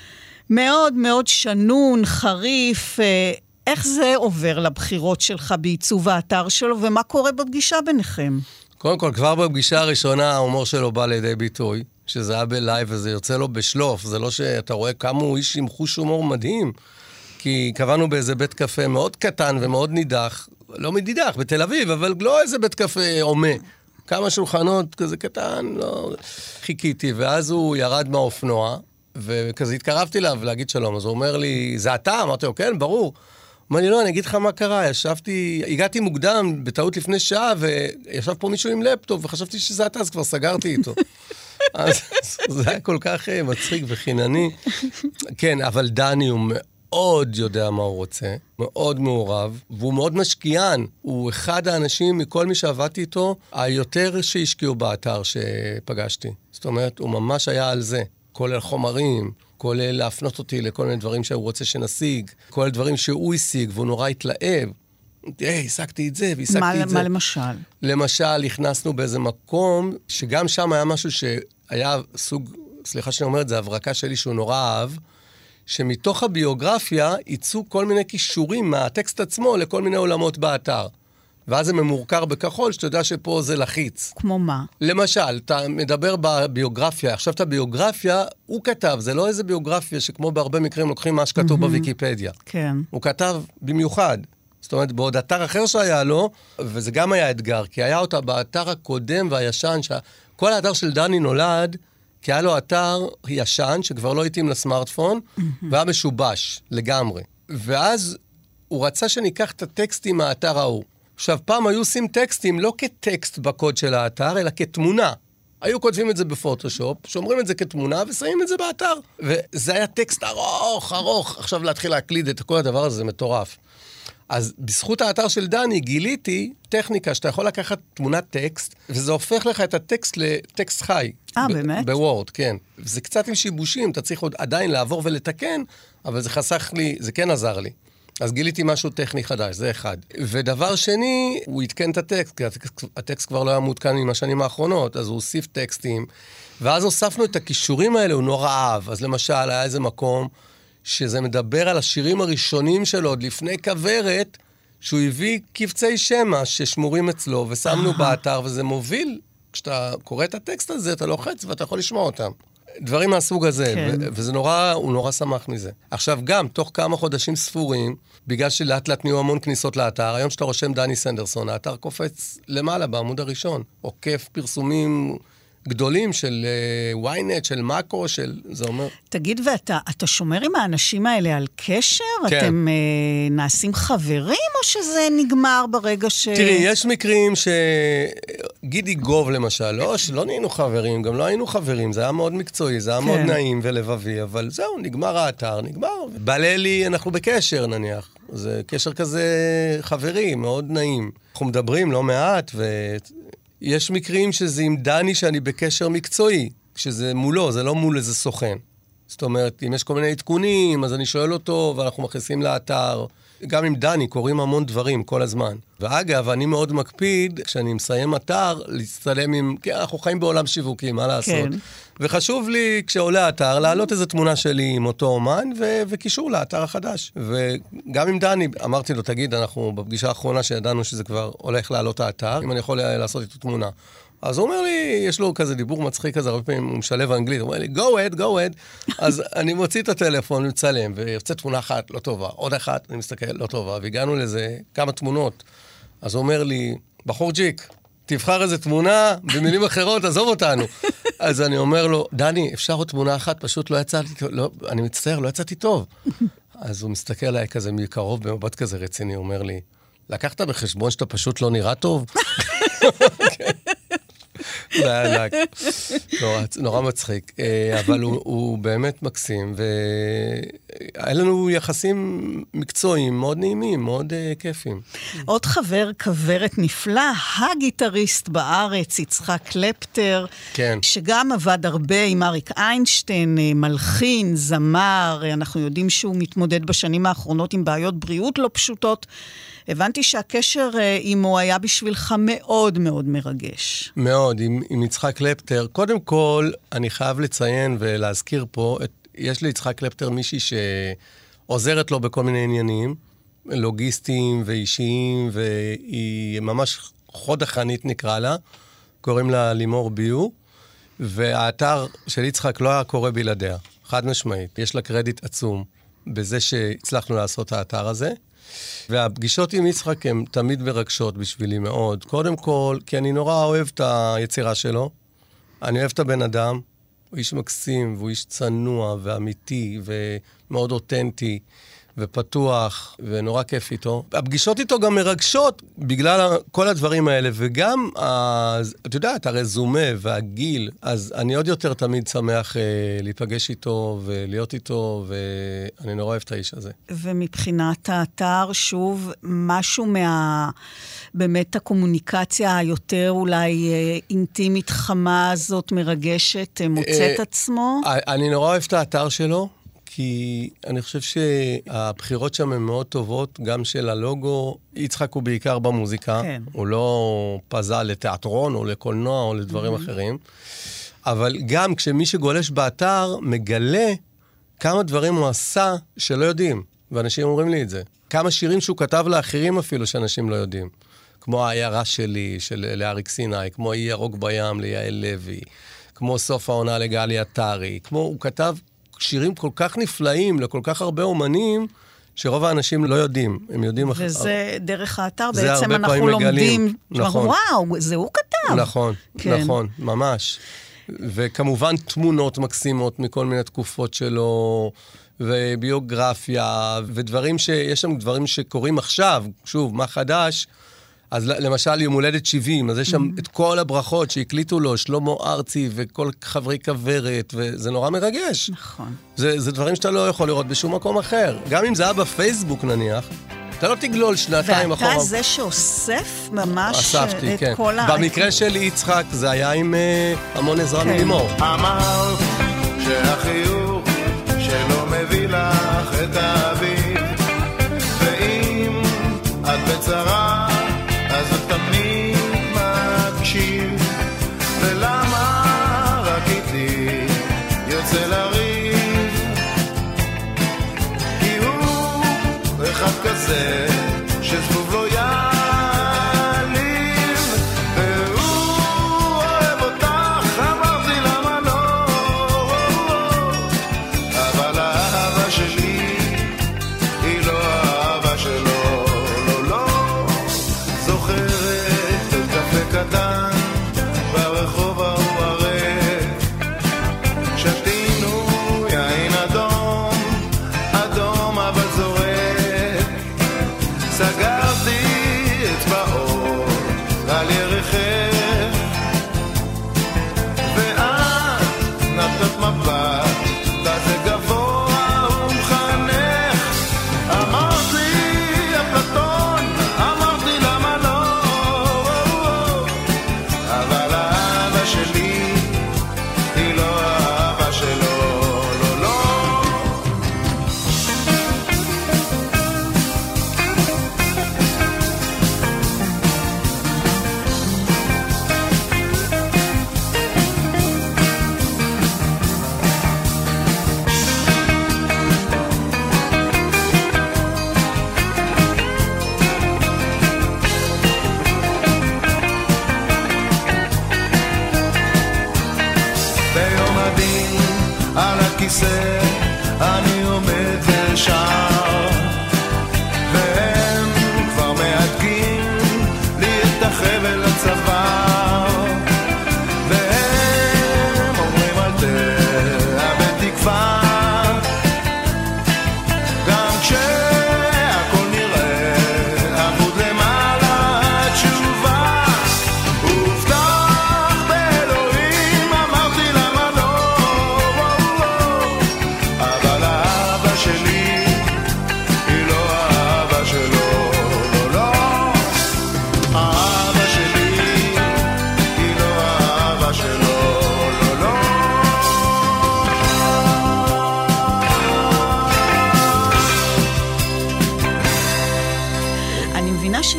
מאוד מאוד שנון, חריף. איך זה עובר לבחירות שלך בעיצוב האתר שלו, ומה קורה בפגישה ביניכם? קודם כל, כבר בפגישה הראשונה, ההומור שלו בא לידי ביטוי, שזה היה בלייב וזה יוצא לו בשלוף. זה לא שאתה רואה כמה הוא איש עם חוש הומור מדהים, כי קבענו באיזה בית קפה מאוד קטן ומאוד נידח, לא מדידח, בתל אביב, אבל לא איזה בית קפה עומה. כמה שולחנות כזה קטן, לא... חיכיתי, ואז הוא ירד מהאופנוע, וכזה התקרבתי אליו להגיד שלום, אז הוא אומר לי, זה אתה? אמרתי לו, כן, ברור. אומר לי, לא, אני אגיד לך מה קרה, ישבתי, הגעתי מוקדם, בטעות לפני שעה, וישב פה מישהו עם לפטופ, וחשבתי שזה אתה, אז כבר סגרתי איתו. אז זה היה כל כך מצחיק וחינני. כן, אבל דני הוא מאוד יודע מה הוא רוצה, מאוד מעורב, והוא מאוד משקיען. הוא אחד האנשים מכל מי שעבדתי איתו, היותר שהשקיעו באתר שפגשתי. זאת אומרת, הוא ממש היה על זה. כולל חומרים, כולל להפנות אותי לכל מיני דברים שהוא רוצה שנשיג, כולל דברים שהוא השיג, והוא נורא התלהב. היי, השגתי את זה, והשגתי את זה. מה למשל? למשל, הכנסנו באיזה מקום, שגם שם היה משהו שהיה סוג, סליחה שאני אומר את זה, הברקה שלי שהוא נורא אהב, שמתוך הביוגרפיה ייצאו כל מיני קישורים מהטקסט עצמו לכל מיני עולמות באתר. ואז זה ממורקר בכחול, שאתה יודע שפה זה לחיץ. כמו מה? למשל, אתה מדבר בביוגרפיה, עכשיו את הביוגרפיה, הוא כתב, זה לא איזה ביוגרפיה שכמו בהרבה מקרים לוקחים מה שכתוב mm-hmm. בוויקיפדיה. כן. הוא כתב במיוחד. זאת אומרת, בעוד אתר אחר שהיה לו, וזה גם היה אתגר, כי היה אותה באתר הקודם והישן, כל האתר של דני נולד, כי היה לו אתר ישן, שכבר לא התאים לסמארטפון, mm-hmm. והיה משובש לגמרי. ואז הוא רצה שניקח את הטקסטים מהאתר ההוא. עכשיו, פעם היו עושים טקסטים לא כטקסט בקוד של האתר, אלא כתמונה. היו כותבים את זה בפוטושופ, שומרים את זה כתמונה ושמים את זה באתר. וזה היה טקסט ארוך, ארוך. עכשיו להתחיל להקליד את כל הדבר הזה, זה מטורף. אז בזכות האתר של דני גיליתי טכניקה שאתה יכול לקחת תמונת טקסט, וזה הופך לך את הטקסט לטקסט חי. אה, באמת? בוורד, כן. זה קצת עם שיבושים, אתה צריך עוד עדיין לעבור ולתקן, אבל זה חסך לי, זה כן עזר לי. אז גיליתי משהו טכני חדש, זה אחד. ודבר שני, הוא התקן את הטקסט, כי הטקסט, הטקסט כבר לא היה מעודכן עם השנים האחרונות, אז הוא הוסיף טקסטים, ואז הוספנו את הכישורים האלה, הוא נורא אהב. אז למשל, היה איזה מקום שזה מדבר על השירים הראשונים שלו, עוד לפני כוורת, שהוא הביא קבצי שמע ששמורים אצלו, ושמנו באתר, וזה מוביל. כשאתה קורא את הטקסט הזה, אתה לוחץ ואתה יכול לשמוע אותם. דברים מהסוג הזה, כן. ו- וזה נורא, הוא נורא שמח מזה. עכשיו גם, תוך כמה חודשים ספורים, בגלל שלאט לאט נהיו המון כניסות לאתר, היום שאתה רושם דני סנדרסון, האתר קופץ למעלה בעמוד הראשון, עוקף פרסומים גדולים של וויינט, של מאקו, של, זה אומר... תגיד, ואתה, אתה שומר עם האנשים האלה על קשר? כן. אתם אה, נעשים חברים, או שזה נגמר ברגע ש... תראי, יש מקרים שגידי גוב למשל, לא, שלא נהיינו חברים, גם לא היינו חברים, זה היה מאוד מקצועי, זה היה כן. מאוד נעים ולבבי, אבל זהו, נגמר האתר, נגמר. בלילי אנחנו בקשר נניח, זה קשר כזה חברי, מאוד נעים. אנחנו מדברים לא מעט, ו... יש מקרים שזה עם דני שאני בקשר מקצועי, שזה מולו, זה לא מול איזה סוכן. זאת אומרת, אם יש כל מיני עדכונים, אז אני שואל אותו, ואנחנו מכניסים לאתר. גם עם דני קוראים המון דברים כל הזמן. ואגב, אני מאוד מקפיד, כשאני מסיים אתר, להצטלם עם... כי אנחנו חיים בעולם שיווקי, מה לעשות? כן. וחשוב לי, כשעולה אתר, להעלות איזו תמונה שלי עם אותו אומן, ו- וקישור לאתר החדש. וגם עם דני, אמרתי לו, תגיד, אנחנו בפגישה האחרונה שידענו שזה כבר הולך לעלות האתר, אם אני יכול לעשות איתו תמונה. אז הוא אומר לי, יש לו כזה דיבור מצחיק כזה, הרבה פעמים הוא משלב אנגלית, הוא אומר לי, go ahead, go ahead. אז אני מוציא את הטלפון, מצלם, ויוצא תמונה אחת לא טובה, עוד אחת, אני מסתכל, לא טובה, והגענו לזה כמה תמונות. אז הוא אומר לי, בחור ג'יק, תבחר איזה תמונה, במילים אחרות, עזוב אותנו. אז אני אומר לו, דני, אפשר עוד תמונה אחת, פשוט לא יצאתי, לא, אני מצטער, לא יצאתי טוב. אז הוא מסתכל עליי כזה מקרוב, במבט כזה רציני, הוא אומר לי, לקחת בחשבון שאתה פשוט לא נראה טוב? זה היה ענק. נורא, נורא מצחיק. אבל הוא, הוא באמת מקסים, והיה לנו יחסים מקצועיים מאוד נעימים, מאוד uh, כיפים. עוד חבר כברת נפלא, הגיטריסט בארץ, יצחק קלפטר, כן. שגם עבד הרבה עם אריק איינשטיין, מלחין, זמר, אנחנו יודעים שהוא מתמודד בשנים האחרונות עם בעיות בריאות לא פשוטות. הבנתי שהקשר עמו היה בשבילך מאוד מאוד מרגש. מאוד, עם, עם יצחק קלפטר. קודם כל, אני חייב לציין ולהזכיר פה, את, יש לי יצחק קלפטר מישהי שעוזרת לו בכל מיני עניינים, לוגיסטיים ואישיים, והיא ממש חוד החנית נקרא לה, קוראים לה לימור ביו, והאתר של יצחק לא היה קורא בלעדיה, חד משמעית. יש לה קרדיט עצום בזה שהצלחנו לעשות את האתר הזה, והפגישות עם יצחק הן תמיד מרגשות בשבילי מאוד. קודם כל, כי אני נורא אוהב את היצירה שלו, אני אוהב את הבן אדם, הוא איש מקסים, והוא איש צנוע ואמיתי ומאוד אותנטי ופתוח, ונורא כיף איתו. הפגישות איתו גם מרגשות בגלל כל הדברים האלה, וגם, את יודעת, הרזומה והגיל, אז אני עוד יותר תמיד שמח אה, להיפגש איתו ולהיות איתו, ואני נורא אוהב את האיש הזה. ומבחינת האתר, שוב, משהו מה... באמת הקומוניקציה היותר אולי אינטימית חמה הזאת מרגשת, מוצא את עצמו? אני נורא אוהב את האתר שלו, כי אני חושב שהבחירות שם הן מאוד טובות, גם של הלוגו. יצחק הוא בעיקר במוזיקה, כן. הוא לא פזל לתיאטרון או לקולנוע או לדברים mm-hmm. אחרים, אבל גם כשמי שגולש באתר מגלה כמה דברים הוא עשה שלא יודעים, ואנשים אומרים לי את זה. כמה שירים שהוא כתב לאחרים אפילו שאנשים לא יודעים. כמו העיירה שלי, של לאריק סיני, כמו אי ירוק בים ליעל לוי, כמו סוף העונה לגלי עטרי, כמו הוא כתב שירים כל כך נפלאים לכל כך הרבה אומנים, שרוב האנשים לא יודעים, הם יודעים... וזה אח... דרך האתר, בעצם אנחנו לומדים, נכון. וואו, זה הוא כתב. נכון, כן. נכון, ממש. וכמובן תמונות מקסימות מכל מיני תקופות שלו, וביוגרפיה, ודברים שיש שם דברים שקורים עכשיו, שוב, מה חדש, אז למשל יום הולדת שבעים, אז יש שם את כל הברכות שהקליטו לו, שלמה ארצי וכל חברי כברת, וזה נורא מרגש. נכון. זה, זה דברים שאתה לא יכול לראות בשום מקום אחר. גם אם זה היה בפייסבוק נניח, אתה לא תגלול שנתיים אחורה. ואתה זה שאוסף ממש אספתי, את כן. כל ה... במקרה שלי יצחק, זה היה עם uh, המון עזרה כן. מלימור. אמרת שהחיוך שלא מביא לך את האביב, ואם את בצרה, אז הוא תמיד מקשיב, ולמה רק איתי יוצא לריב, כי הוא אחד כזה שזבוב לא יעליב, והוא אוהב אותך, אמרתי למה לא,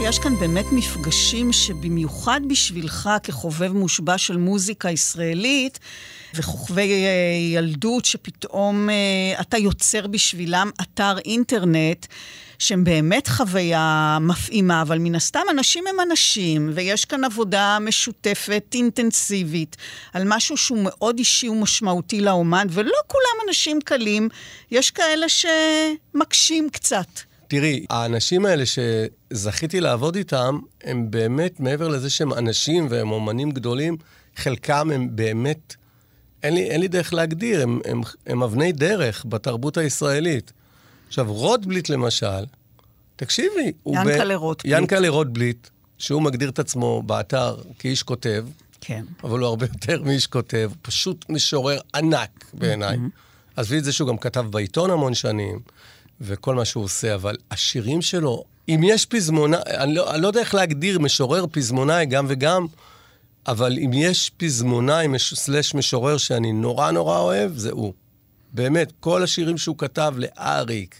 יש כאן באמת מפגשים שבמיוחד בשבילך כחובב מושבע של מוזיקה ישראלית, וחוכבי ילדות שפתאום אתה יוצר בשבילם אתר אינטרנט, שהם באמת חוויה מפעימה, אבל מן הסתם אנשים הם אנשים, ויש כאן עבודה משותפת, אינטנסיבית, על משהו שהוא מאוד אישי ומשמעותי לאומן, ולא כולם אנשים קלים, יש כאלה שמקשים קצת. תראי, האנשים האלה שזכיתי לעבוד איתם, הם באמת, מעבר לזה שהם אנשים והם אומנים גדולים, חלקם הם באמת, אין לי, אין לי דרך להגדיר, הם, הם, הם אבני דרך בתרבות הישראלית. עכשיו, רוטבליט למשל, תקשיבי, ינקלה רוטבליט. ינקלה רוטבליט, שהוא מגדיר את עצמו באתר כאיש כותב, כן. אבל הוא הרבה יותר מאיש כותב, פשוט משורר ענק בעיניי. Mm-hmm. עזבי את זה שהוא גם כתב בעיתון המון שנים, וכל מה שהוא עושה, אבל השירים שלו, אם יש פזמונה, אני לא, אני לא יודע איך להגדיר משורר פזמונאי גם וגם, אבל אם יש פזמונאי סלש משורר שאני נורא נורא אוהב, זה הוא. באמת, כל השירים שהוא כתב לאריק,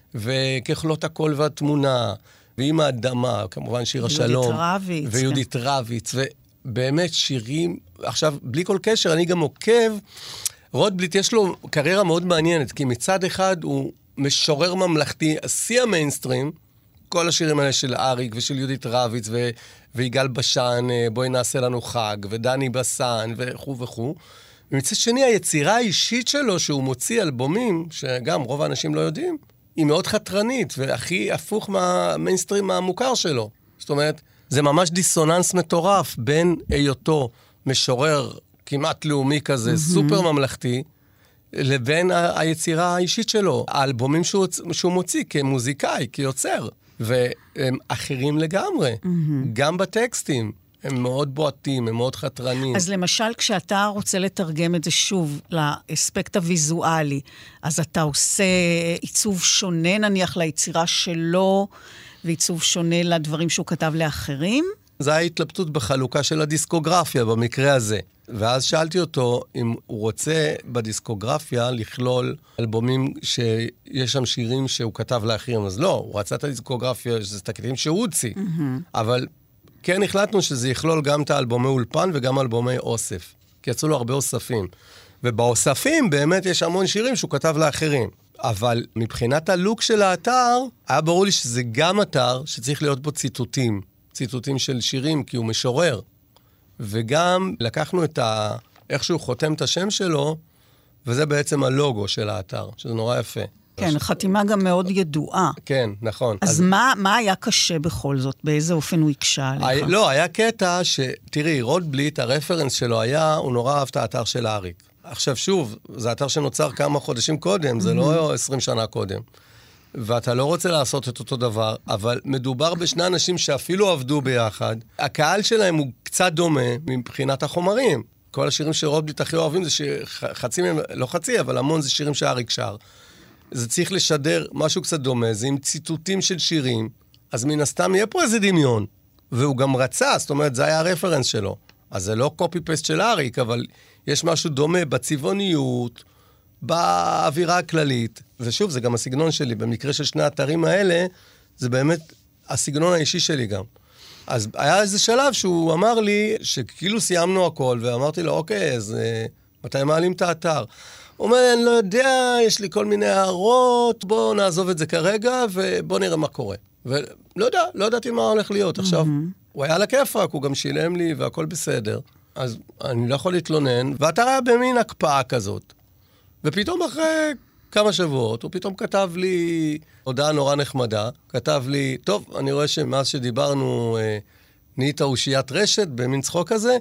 וככלות הקול והתמונה, ועם האדמה, כמובן שיר השלום, רביץ, ויהודית כן. רביץ, ובאמת שירים, עכשיו, בלי כל קשר, אני גם עוקב, רוטבליט יש לו קריירה מאוד מעניינת, כי מצד אחד הוא משורר ממלכתי, שיא המיינסטרים, כל השירים האלה של אריק ושל יהודית רביץ, ו- ויגאל בשן, בואי נעשה לנו חג, ודני בסן, וכו' וכו'. ומצד שני, היצירה האישית שלו, שהוא מוציא אלבומים, שגם רוב האנשים לא יודעים, היא מאוד חתרנית, והכי הפוך מהמיינסטרים המוכר שלו. זאת אומרת, זה ממש דיסוננס מטורף בין היותו משורר כמעט לאומי כזה, mm-hmm. סופר ממלכתי, לבין ה- היצירה האישית שלו, האלבומים שהוא, שהוא מוציא כמוזיקאי, כיוצר, והם אחרים לגמרי, mm-hmm. גם בטקסטים. הם מאוד בועטים, הם מאוד חתרנים. אז למשל, כשאתה רוצה לתרגם את זה שוב לאספקט הוויזואלי, אז אתה עושה עיצוב שונה, נניח, ליצירה שלו, ועיצוב שונה לדברים שהוא כתב לאחרים? זו ההתלבטות בחלוקה של הדיסקוגרפיה, במקרה הזה. ואז שאלתי אותו אם הוא רוצה בדיסקוגרפיה לכלול אלבומים שיש שם שירים שהוא כתב לאחרים. אז לא, הוא רצה את הדיסקוגרפיה, שזה תקליטים שהוא הוציא. Mm-hmm. אבל כן החלטנו שזה יכלול גם את האלבומי אולפן וגם אלבומי אוסף. כי יצאו לו הרבה אוספים. ובאוספים באמת יש המון שירים שהוא כתב לאחרים. אבל מבחינת הלוק של האתר, היה ברור לי שזה גם אתר שצריך להיות בו ציטוטים. ציטוטים של שירים, כי הוא משורר. וגם לקחנו את ה... איך שהוא חותם את השם שלו, וזה בעצם הלוגו של האתר, שזה נורא יפה. כן, חתימה גם מאוד ידועה. כן, נכון. אז, אז... מה, מה היה קשה בכל זאת? באיזה אופן הוא הקשה עליך? היה, לא, היה קטע ש... תראי, רוטבליט, הרפרנס שלו היה, הוא נורא אהב את האתר של אריק. עכשיו שוב, זה אתר שנוצר כמה חודשים קודם, זה לא עשרים שנה קודם. ואתה לא רוצה לעשות את אותו דבר, אבל מדובר בשני אנשים שאפילו עבדו ביחד. הקהל שלהם הוא קצת דומה מבחינת החומרים. כל השירים שרוטבליט הכי אוהבים זה שחצי מהם, לא חצי, אבל המון זה שירים שאריק שר. זה צריך לשדר משהו קצת דומה, זה עם ציטוטים של שירים, אז מן הסתם יהיה פה איזה דמיון. והוא גם רצה, זאת אומרת, זה היה הרפרנס שלו. אז זה לא קופי-פסט של אריק, אבל יש משהו דומה בצבעוניות, באווירה הכללית, ושוב, זה גם הסגנון שלי, במקרה של שני האתרים האלה, זה באמת הסגנון האישי שלי גם. אז היה איזה שלב שהוא אמר לי, שכאילו סיימנו הכל, ואמרתי לו, אוקיי, אז uh, מתי מעלים את האתר? הוא אומר, אני לא יודע, יש לי כל מיני הערות, בוא נעזוב את זה כרגע, ובוא נראה מה קורה. ולא יודע, לא ידעתי מה הולך להיות. עכשיו, הוא היה לכיפק, הוא גם שילם לי, והכל בסדר. אז אני לא יכול להתלונן, והאתר היה במין הקפאה כזאת. ופתאום אחרי כמה שבועות, הוא פתאום כתב לי הודעה נורא נחמדה, כתב לי, טוב, אני רואה שמאז שדיברנו, אה, נהיית אושיית רשת, במין צחוק כזה,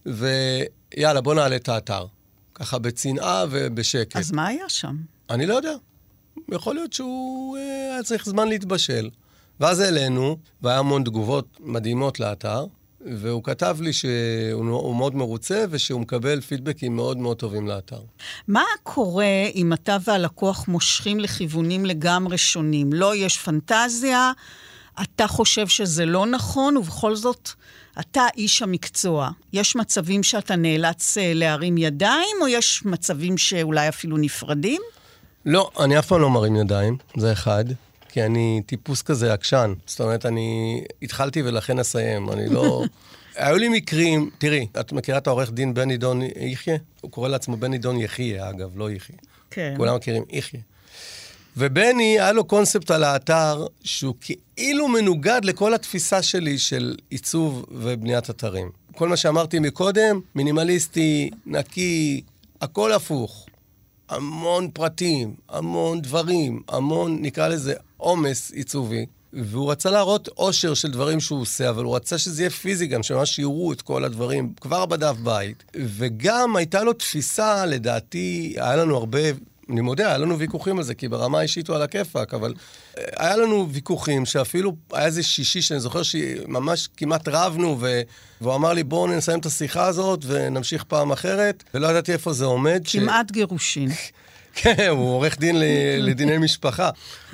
ויאללה, בוא נעלה את האתר. ככה בצנעה ובשקט. אז מה היה שם? אני לא יודע. יכול להיות שהוא אה, היה צריך זמן להתבשל. ואז אלינו, והיה המון תגובות מדהימות לאתר, והוא כתב לי שהוא מאוד מרוצה, ושהוא מקבל פידבקים מאוד מאוד טובים לאתר. מה קורה אם אתה והלקוח מושכים לכיוונים לגמרי שונים? לא יש פנטזיה, אתה חושב שזה לא נכון, ובכל זאת, אתה איש המקצוע. יש מצבים שאתה נאלץ להרים ידיים, או יש מצבים שאולי אפילו נפרדים? לא, אני אף פעם לא מרים ידיים, זה אחד. כי אני טיפוס כזה עקשן. זאת אומרת, אני התחלתי ולכן אסיים. אני לא... היו לי מקרים, תראי, את מכירה את העורך דין בני דון יחיה? הוא קורא לעצמו בני דון יחיה, אגב, לא יחיה. כן. כולם מכירים יחיה. ובני, היה לו קונספט על האתר, שהוא כאילו מנוגד לכל התפיסה שלי של עיצוב ובניית אתרים. כל מה שאמרתי מקודם, מינימליסטי, נקי, הכל הפוך. המון פרטים, המון דברים, המון, נקרא לזה, עומס עיצובי. והוא רצה להראות עושר של דברים שהוא עושה, אבל הוא רצה שזה יהיה פיזי גם, שממש יראו את כל הדברים, כבר בדף בית. וגם הייתה לו תפיסה, לדעתי, היה לנו הרבה, אני מודה, היה לנו ויכוחים על זה, כי ברמה האישית הוא על הכיפק, אבל היה לנו ויכוחים שאפילו היה איזה שישי, שאני זוכר שממש כמעט רבנו, ו... והוא אמר לי, בואו נסיים את השיחה הזאת, ונמשיך פעם אחרת, ולא ידעתי איפה זה עומד. כמעט ש... גירושין. כן, הוא עורך דין לדיני משפחה.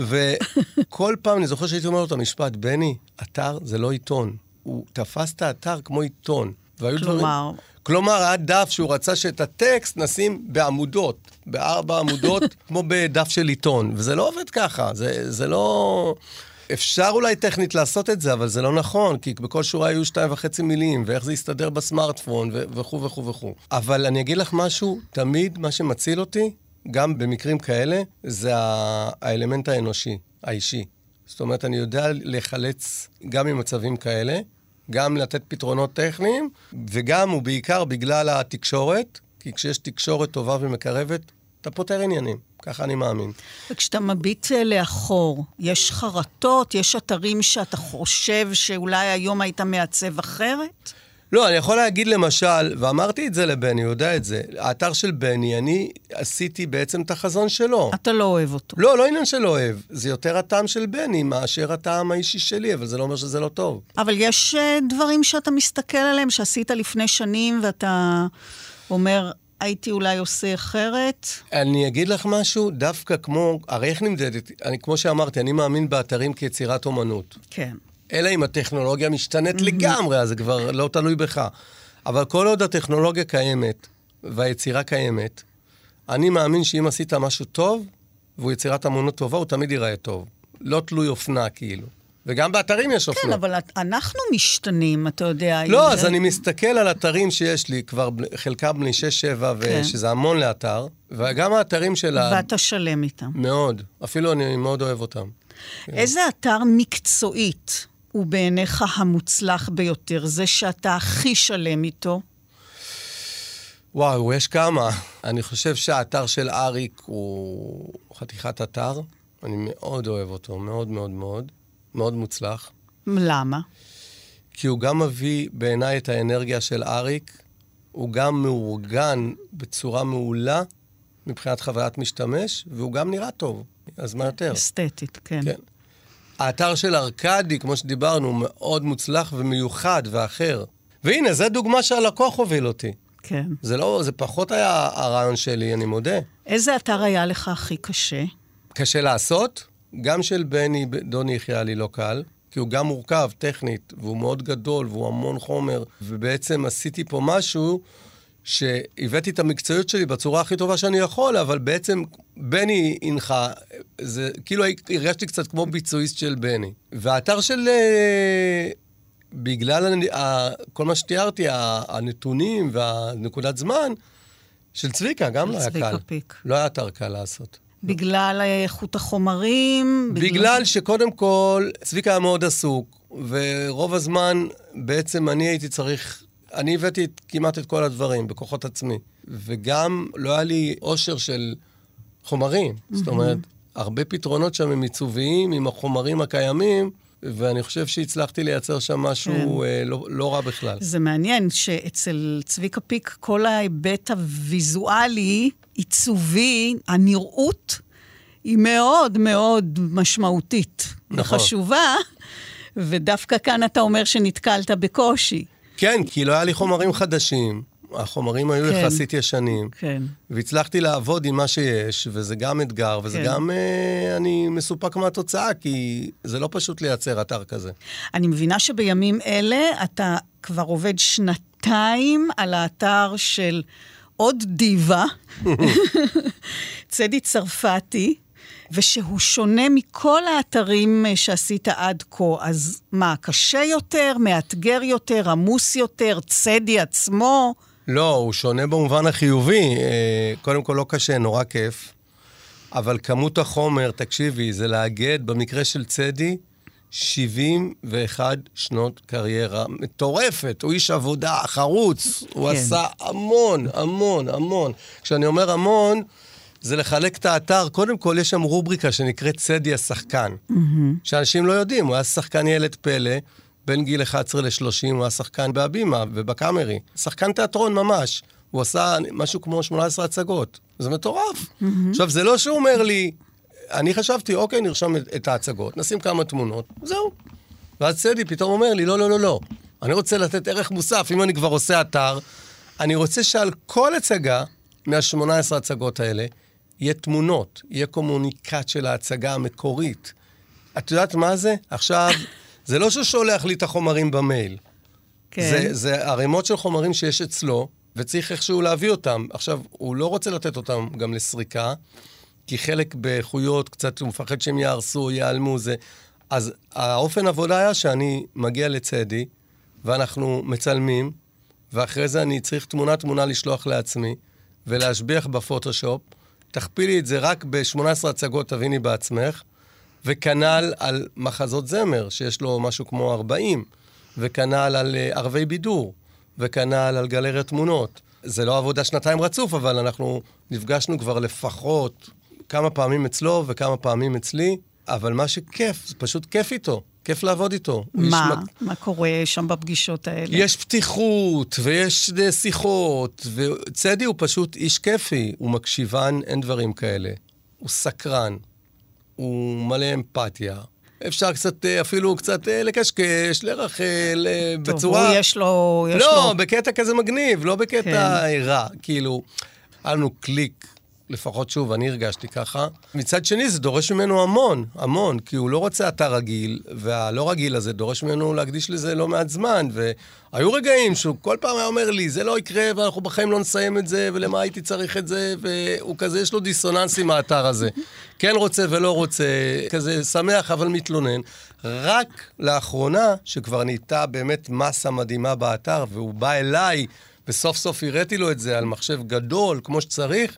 וכל פעם אני זוכר שהייתי אומר לו את המשפט, בני, אתר זה לא עיתון. הוא תפס את האתר כמו עיתון. כלומר... כלומר, היה דף שהוא רצה שאת הטקסט נשים בעמודות, בארבע עמודות, כמו בדף של עיתון. וזה לא עובד ככה, זה, זה לא... אפשר אולי טכנית לעשות את זה, אבל זה לא נכון, כי בכל שורה היו שתיים וחצי מילים, ואיך זה יסתדר בסמארטפון, וכו' וכו' וכו'. אבל אני אגיד לך משהו, תמיד מה שמציל אותי, גם במקרים כאלה, זה האלמנט האנושי, האישי. זאת אומרת, אני יודע לחלץ גם ממצבים כאלה, גם לתת פתרונות טכניים, וגם ובעיקר בגלל התקשורת, כי כשיש תקשורת טובה ומקרבת, אתה פותר עניינים. ככה אני מאמין. וכשאתה מביט לאחור, יש חרטות, יש אתרים שאתה חושב שאולי היום היית מעצב אחרת? לא, אני יכול להגיד למשל, ואמרתי את זה לבני, הוא יודע את זה, האתר של בני, אני עשיתי בעצם את החזון שלו. אתה לא אוהב אותו. לא, לא עניין שלא אוהב. זה יותר הטעם של בני, מאשר הטעם האישי שלי, אבל זה לא אומר שזה לא טוב. אבל יש uh, דברים שאתה מסתכל עליהם, שעשית לפני שנים, ואתה אומר, הייתי אולי עושה אחרת? אני אגיד לך משהו, דווקא כמו, הרי איך נמדדת, אני, כמו שאמרתי, אני מאמין באתרים כיצירת אומנות. כן. אלא אם הטכנולוגיה משתנית לגמרי, אז זה כבר לא תלוי בך. אבל כל עוד הטכנולוגיה קיימת, והיצירה קיימת, אני מאמין שאם עשית משהו טוב, והוא יצירת אמנות טובה, הוא תמיד ייראה טוב. לא תלוי אופנה, כאילו. וגם באתרים יש אופנה. כן, אבל אנחנו משתנים, אתה יודע. לא, אז אני מסתכל על אתרים שיש לי, כבר חלקם בני שש שבע, ושזה המון לאתר, וגם האתרים שלה... ואתה שלם איתם. מאוד. אפילו אני מאוד אוהב אותם. איזה אתר מקצועית הוא בעיניך המוצלח ביותר? זה שאתה הכי שלם איתו? וואו, יש כמה. אני חושב שהאתר של אריק הוא חתיכת אתר. אני מאוד אוהב אותו, מאוד מאוד מאוד. מאוד מוצלח. למה? כי הוא גם מביא בעיניי את האנרגיה של אריק, הוא גם מאורגן בצורה מעולה מבחינת חוויית משתמש, והוא גם נראה טוב. אז מה יותר? אסתטית, כן. כן. האתר של ארקדי, כמו שדיברנו, הוא מאוד מוצלח ומיוחד ואחר. והנה, זו דוגמה שהלקוח הוביל אותי. כן. זה לא, זה פחות היה הרעיון שלי, אני מודה. איזה אתר היה לך הכי קשה? קשה לעשות? גם של בני דון יחיה לי לא קל, כי הוא גם מורכב טכנית, והוא מאוד גדול, והוא המון חומר, ובעצם עשיתי פה משהו שהבאתי את המקצועיות שלי בצורה הכי טובה שאני יכול, אבל בעצם בני הנחה, זה כאילו הרגשתי קצת כמו ביצועיסט של בני. והאתר של, בגלל כל מה שתיארתי, הנתונים והנקודת זמן, של צביקה, גם לא היה קל. צביקה פיק. לא היה אתר קל לעשות. בגלל איכות החומרים? בגלל, בגלל שקודם כל, צביקה היה מאוד עסוק, ורוב הזמן בעצם אני הייתי צריך, אני הבאתי את, כמעט את כל הדברים בכוחות עצמי, וגם לא היה לי עושר של חומרים, mm-hmm. זאת אומרת, הרבה פתרונות שם הם עיצוביים עם החומרים הקיימים, ואני חושב שהצלחתי לייצר שם משהו אה, לא, לא רע בכלל. זה מעניין שאצל צביקה פיק כל ההיבט הוויזואלי, עיצובי, הנראות, היא מאוד מאוד משמעותית. נכון. וחשובה, ודווקא כאן אתה אומר שנתקלת בקושי. כן, כי לא היה לי חומרים חדשים. החומרים היו כן. יחסית ישנים. כן. והצלחתי לעבוד עם מה שיש, וזה גם אתגר, וזה כן. גם, אה, אני מסופק מהתוצאה, כי זה לא פשוט לייצר אתר כזה. אני מבינה שבימים אלה אתה כבר עובד שנתיים על האתר של עוד דיבה, צדי צרפתי, ושהוא שונה מכל האתרים שעשית עד כה. אז מה, קשה יותר, מאתגר יותר, עמוס יותר, צדי עצמו? לא, הוא שונה במובן החיובי. קודם כל לא קשה, נורא כיף. אבל כמות החומר, תקשיבי, זה להגד, במקרה של צדי, שבעים ואחת שנות קריירה מטורפת. הוא איש עבודה, חרוץ. הוא כן. עשה המון, המון, המון. כשאני אומר המון, זה לחלק את האתר. קודם כל, יש שם רובריקה שנקראת צדי השחקן. Mm-hmm. שאנשים לא יודעים, הוא היה שחקן ילד פלא, בין גיל אחת עשרה לשלושים, הוא היה שחקן בהבימה ובקאמרי. שחקן תיאטרון ממש. הוא עשה משהו כמו שמונה עשרה הצגות. זה מטורף. Mm-hmm. עכשיו, זה לא שהוא אומר לי, אני חשבתי, אוקיי, נרשם את ההצגות, נשים כמה תמונות, זהו. ואז צדי פתאום אומר לי, לא, לא, לא, לא. אני רוצה לתת ערך מוסף, אם אני כבר עושה אתר, אני רוצה שעל כל הצגה, מה-שמונה עשרה הצגות האלה, יהיה תמונות, יהיה קומוניקט של ההצגה המקורית. את יודעת מה זה? עכשיו, זה לא ששולח לי את החומרים במייל. כן. זה, זה ערימות של חומרים שיש אצלו, וצריך איכשהו להביא אותם. עכשיו, הוא לא רוצה לתת אותם גם לסריקה, כי חלק באיכויות, קצת הוא מפחד שהם יערסו, יעלמו זה. אז האופן עבודה היה שאני מגיע לצדי, ואנחנו מצלמים, ואחרי זה אני צריך תמונה-תמונה לשלוח לעצמי, ולהשביח בפוטושופ. תכפילי את זה רק ב-שמונה עשרה הצגות, תביני בעצמך, וכנל על מחזות זמר, שיש לו משהו כמו ארבעים, וכנל על ערבי בידור, וכנל על גלריה תמונות. זה לא עבודה שנתיים רצוף, אבל אנחנו נפגשנו כבר לפחות כמה פעמים אצלו וכמה פעמים אצלי, אבל מה שכיף, זה פשוט כיף איתו, כיף לעבוד איתו. מה? מק... מה קורה שם בפגישות האלה? יש פתיחות ויש שיחות, וצדי הוא פשוט איש כיפי, הוא מקשיבן, אין דברים כאלה. הוא סקרן, הוא מלא אמפתיה. אפשר קצת, אפילו קצת לקשקש, לרחל, בצורה... טוב, הוא יש לו... יש לא, לו... בקטע כזה מגניב, לא בקטע כן. רע. כאילו, היה לנו קליק, לפחות שוב, אני הרגשתי ככה. מצד שני, זה דורש ממנו המון, המון, כי הוא לא רוצה אתר רגיל, והלא רגיל הזה דורש ממנו להקדיש לזה לא מעט זמן, והיו רגעים שהוא כל פעם היה אומר לי, זה לא יקרה, ואנחנו בחיים לא נסיים את זה, ולמה הייתי צריך את זה, והוא כזה, יש לו דיסוננס עם האתר הזה. כן רוצה ולא רוצה, כזה שמח אבל מתלונן. רק לאחרונה, שכבר נהייתה באמת מסה מדהימה באתר, והוא בא אליי, וסוף סוף הראיתי לו את זה על מחשב גדול, כמו שצריך,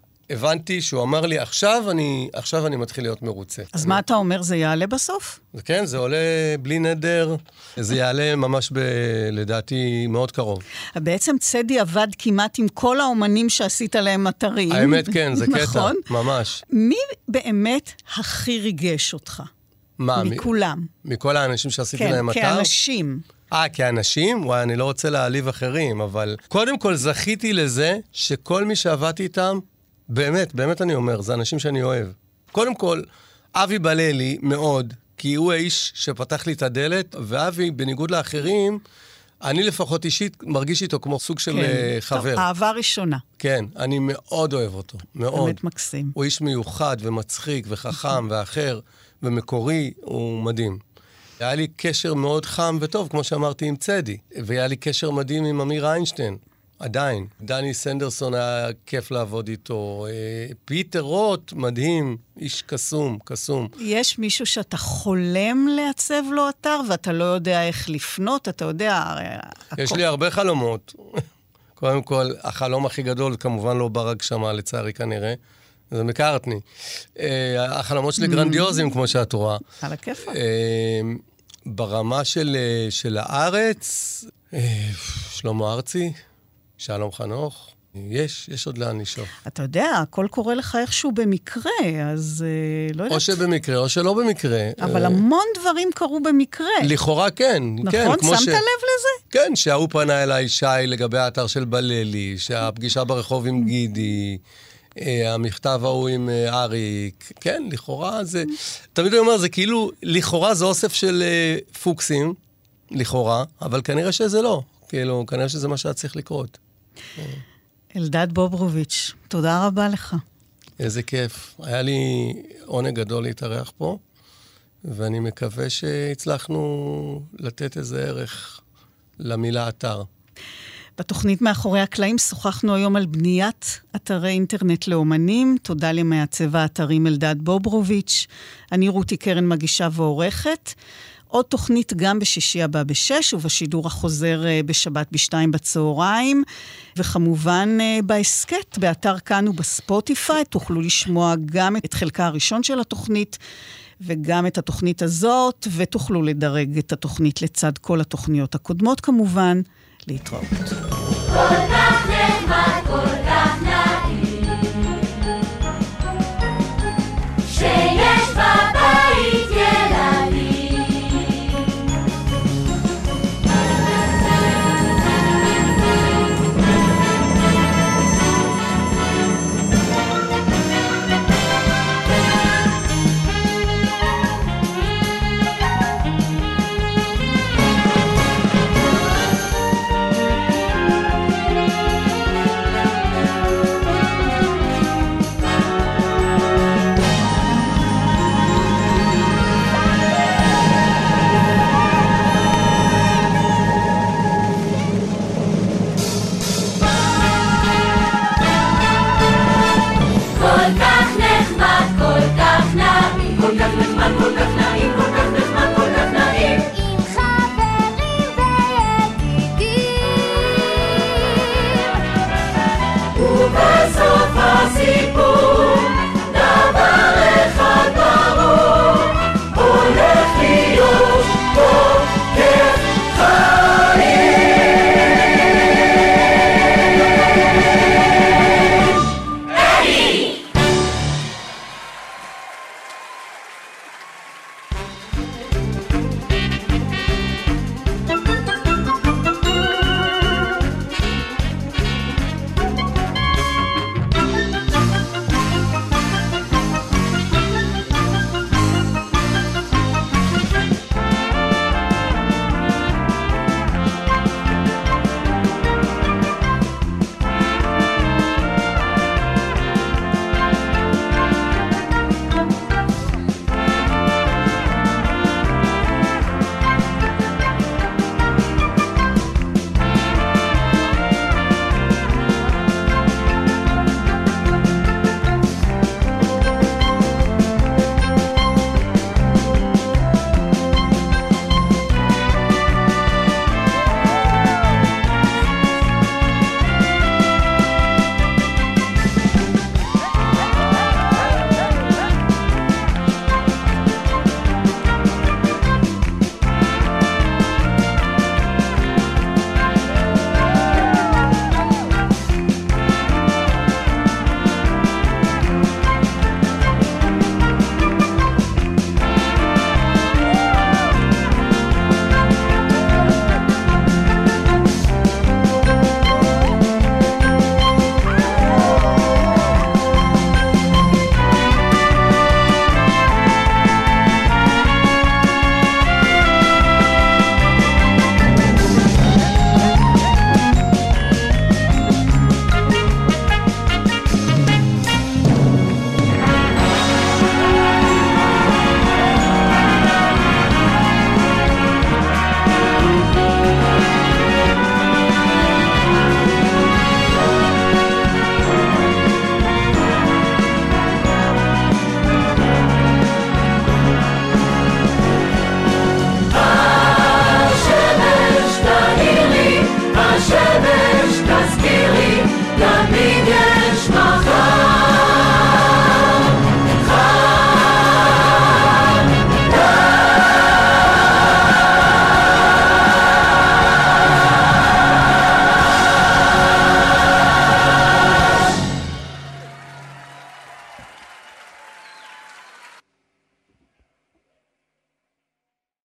הבנתי שהוא אמר לי, עכשיו אני, עכשיו אני מתחיל להיות מרוצה. אז אני... מה אתה אומר, זה יעלה בסוף? כן, זה עולה בלי נדר, זה יעלה ממש ב... לדעתי מאוד קרוב. בעצם צדי עבד כמעט עם כל האומנים שעשית להם אתרים. האמת כן, זה קטע, נכון? ממש. מי באמת הכי ריגש אותך? מה? מכולם. מ... מכל האנשים שעשיתי כן, להם אתר? כן, כאנשים. אה, כאנשים? וואי, אני לא רוצה להעליב אחרים, אבל קודם כל זכיתי לזה שכל מי שעבדתי איתם, באמת, באמת אני אומר, זה אנשים שאני אוהב. קודם כל, אבי בללי מאוד, כי הוא האיש שפתח לי את הדלת, ואבי, בניגוד לאחרים, אני לפחות אישית מרגיש איתו כמו סוג של כן, חבר. טוב, אהבה ראשונה. כן, אני מאוד אוהב אותו, מאוד. באמת מקסים. הוא איש מיוחד ומצחיק וחכם ואחר ומקורי, הוא מדהים. היה לי קשר מאוד חם וטוב, כמו שאמרתי, עם צדי, והיה לי קשר מדהים עם אמיר איינשטיין. עדיין. דני סנדרסון היה כיף לעבוד איתו. פיטר רוט, מדהים, איש קסום, קסום. יש מישהו שאתה חולם לעצב לו אתר, ואתה לא יודע איך לפנות, אתה יודע... יש לי הרבה חלומות. קודם כל, החלום הכי גדול, כמובן לא ברג שמה, לצערי כנראה. זה מקארטני. החלומות שלי גרנדיוזים, כמו שאת רואה. על הכיפה. ברמה של הארץ, שלמה ארצי, שלום חנוך, יש, יש עוד לאן לשאוף. אתה יודע, הכל קורה לך איכשהו במקרה, אז אה, לא יודעת. או שבמקרה, או שלא במקרה. אבל המון דברים קרו במקרה. לכאורה כן. נכון? כן, שמת ש... לב לזה? כן, שההוא פנה אליי שי לגבי האתר של בללי, שהפגישה ברחוב עם גידי, המכתב ההוא עם אריק. כן, לכאורה זה... תמיד הוא אומר, זה כאילו, לכאורה זה אוסף של פוקסים, לכאורה, אבל כנראה שזה לא. כאילו, כנראה שזה מה שהיה צריך לקרות. אלדד בוברוביץ', תודה רבה לך. איזה כיף. היה לי עונג גדול להתארח פה, ואני מקווה שהצלחנו לתת איזה ערך למילה אתר. בתוכנית מאחורי הקלעים שוחחנו היום על בניית אתרי אינטרנט לאומנים. תודה למעצב האתרים אלדד בוברוביץ'. אני רותי קרן מגישה ועורכת. עוד תוכנית גם בשישי הבא בשש, ובשידור החוזר בשבת בשתיים בצהריים, וכמובן בהסקט, באתר כאן ובספוטיפיי, תוכלו לשמוע גם את חלקה הראשון של התוכנית, וגם את התוכנית הזאת, ותוכלו לדרג את התוכנית לצד כל התוכניות הקודמות כמובן. להתראות. כל כך נחמד, כל כך נעים, שיש בבית ילדים. כל כך נחמד, כל כך נעים, כל כך נחמד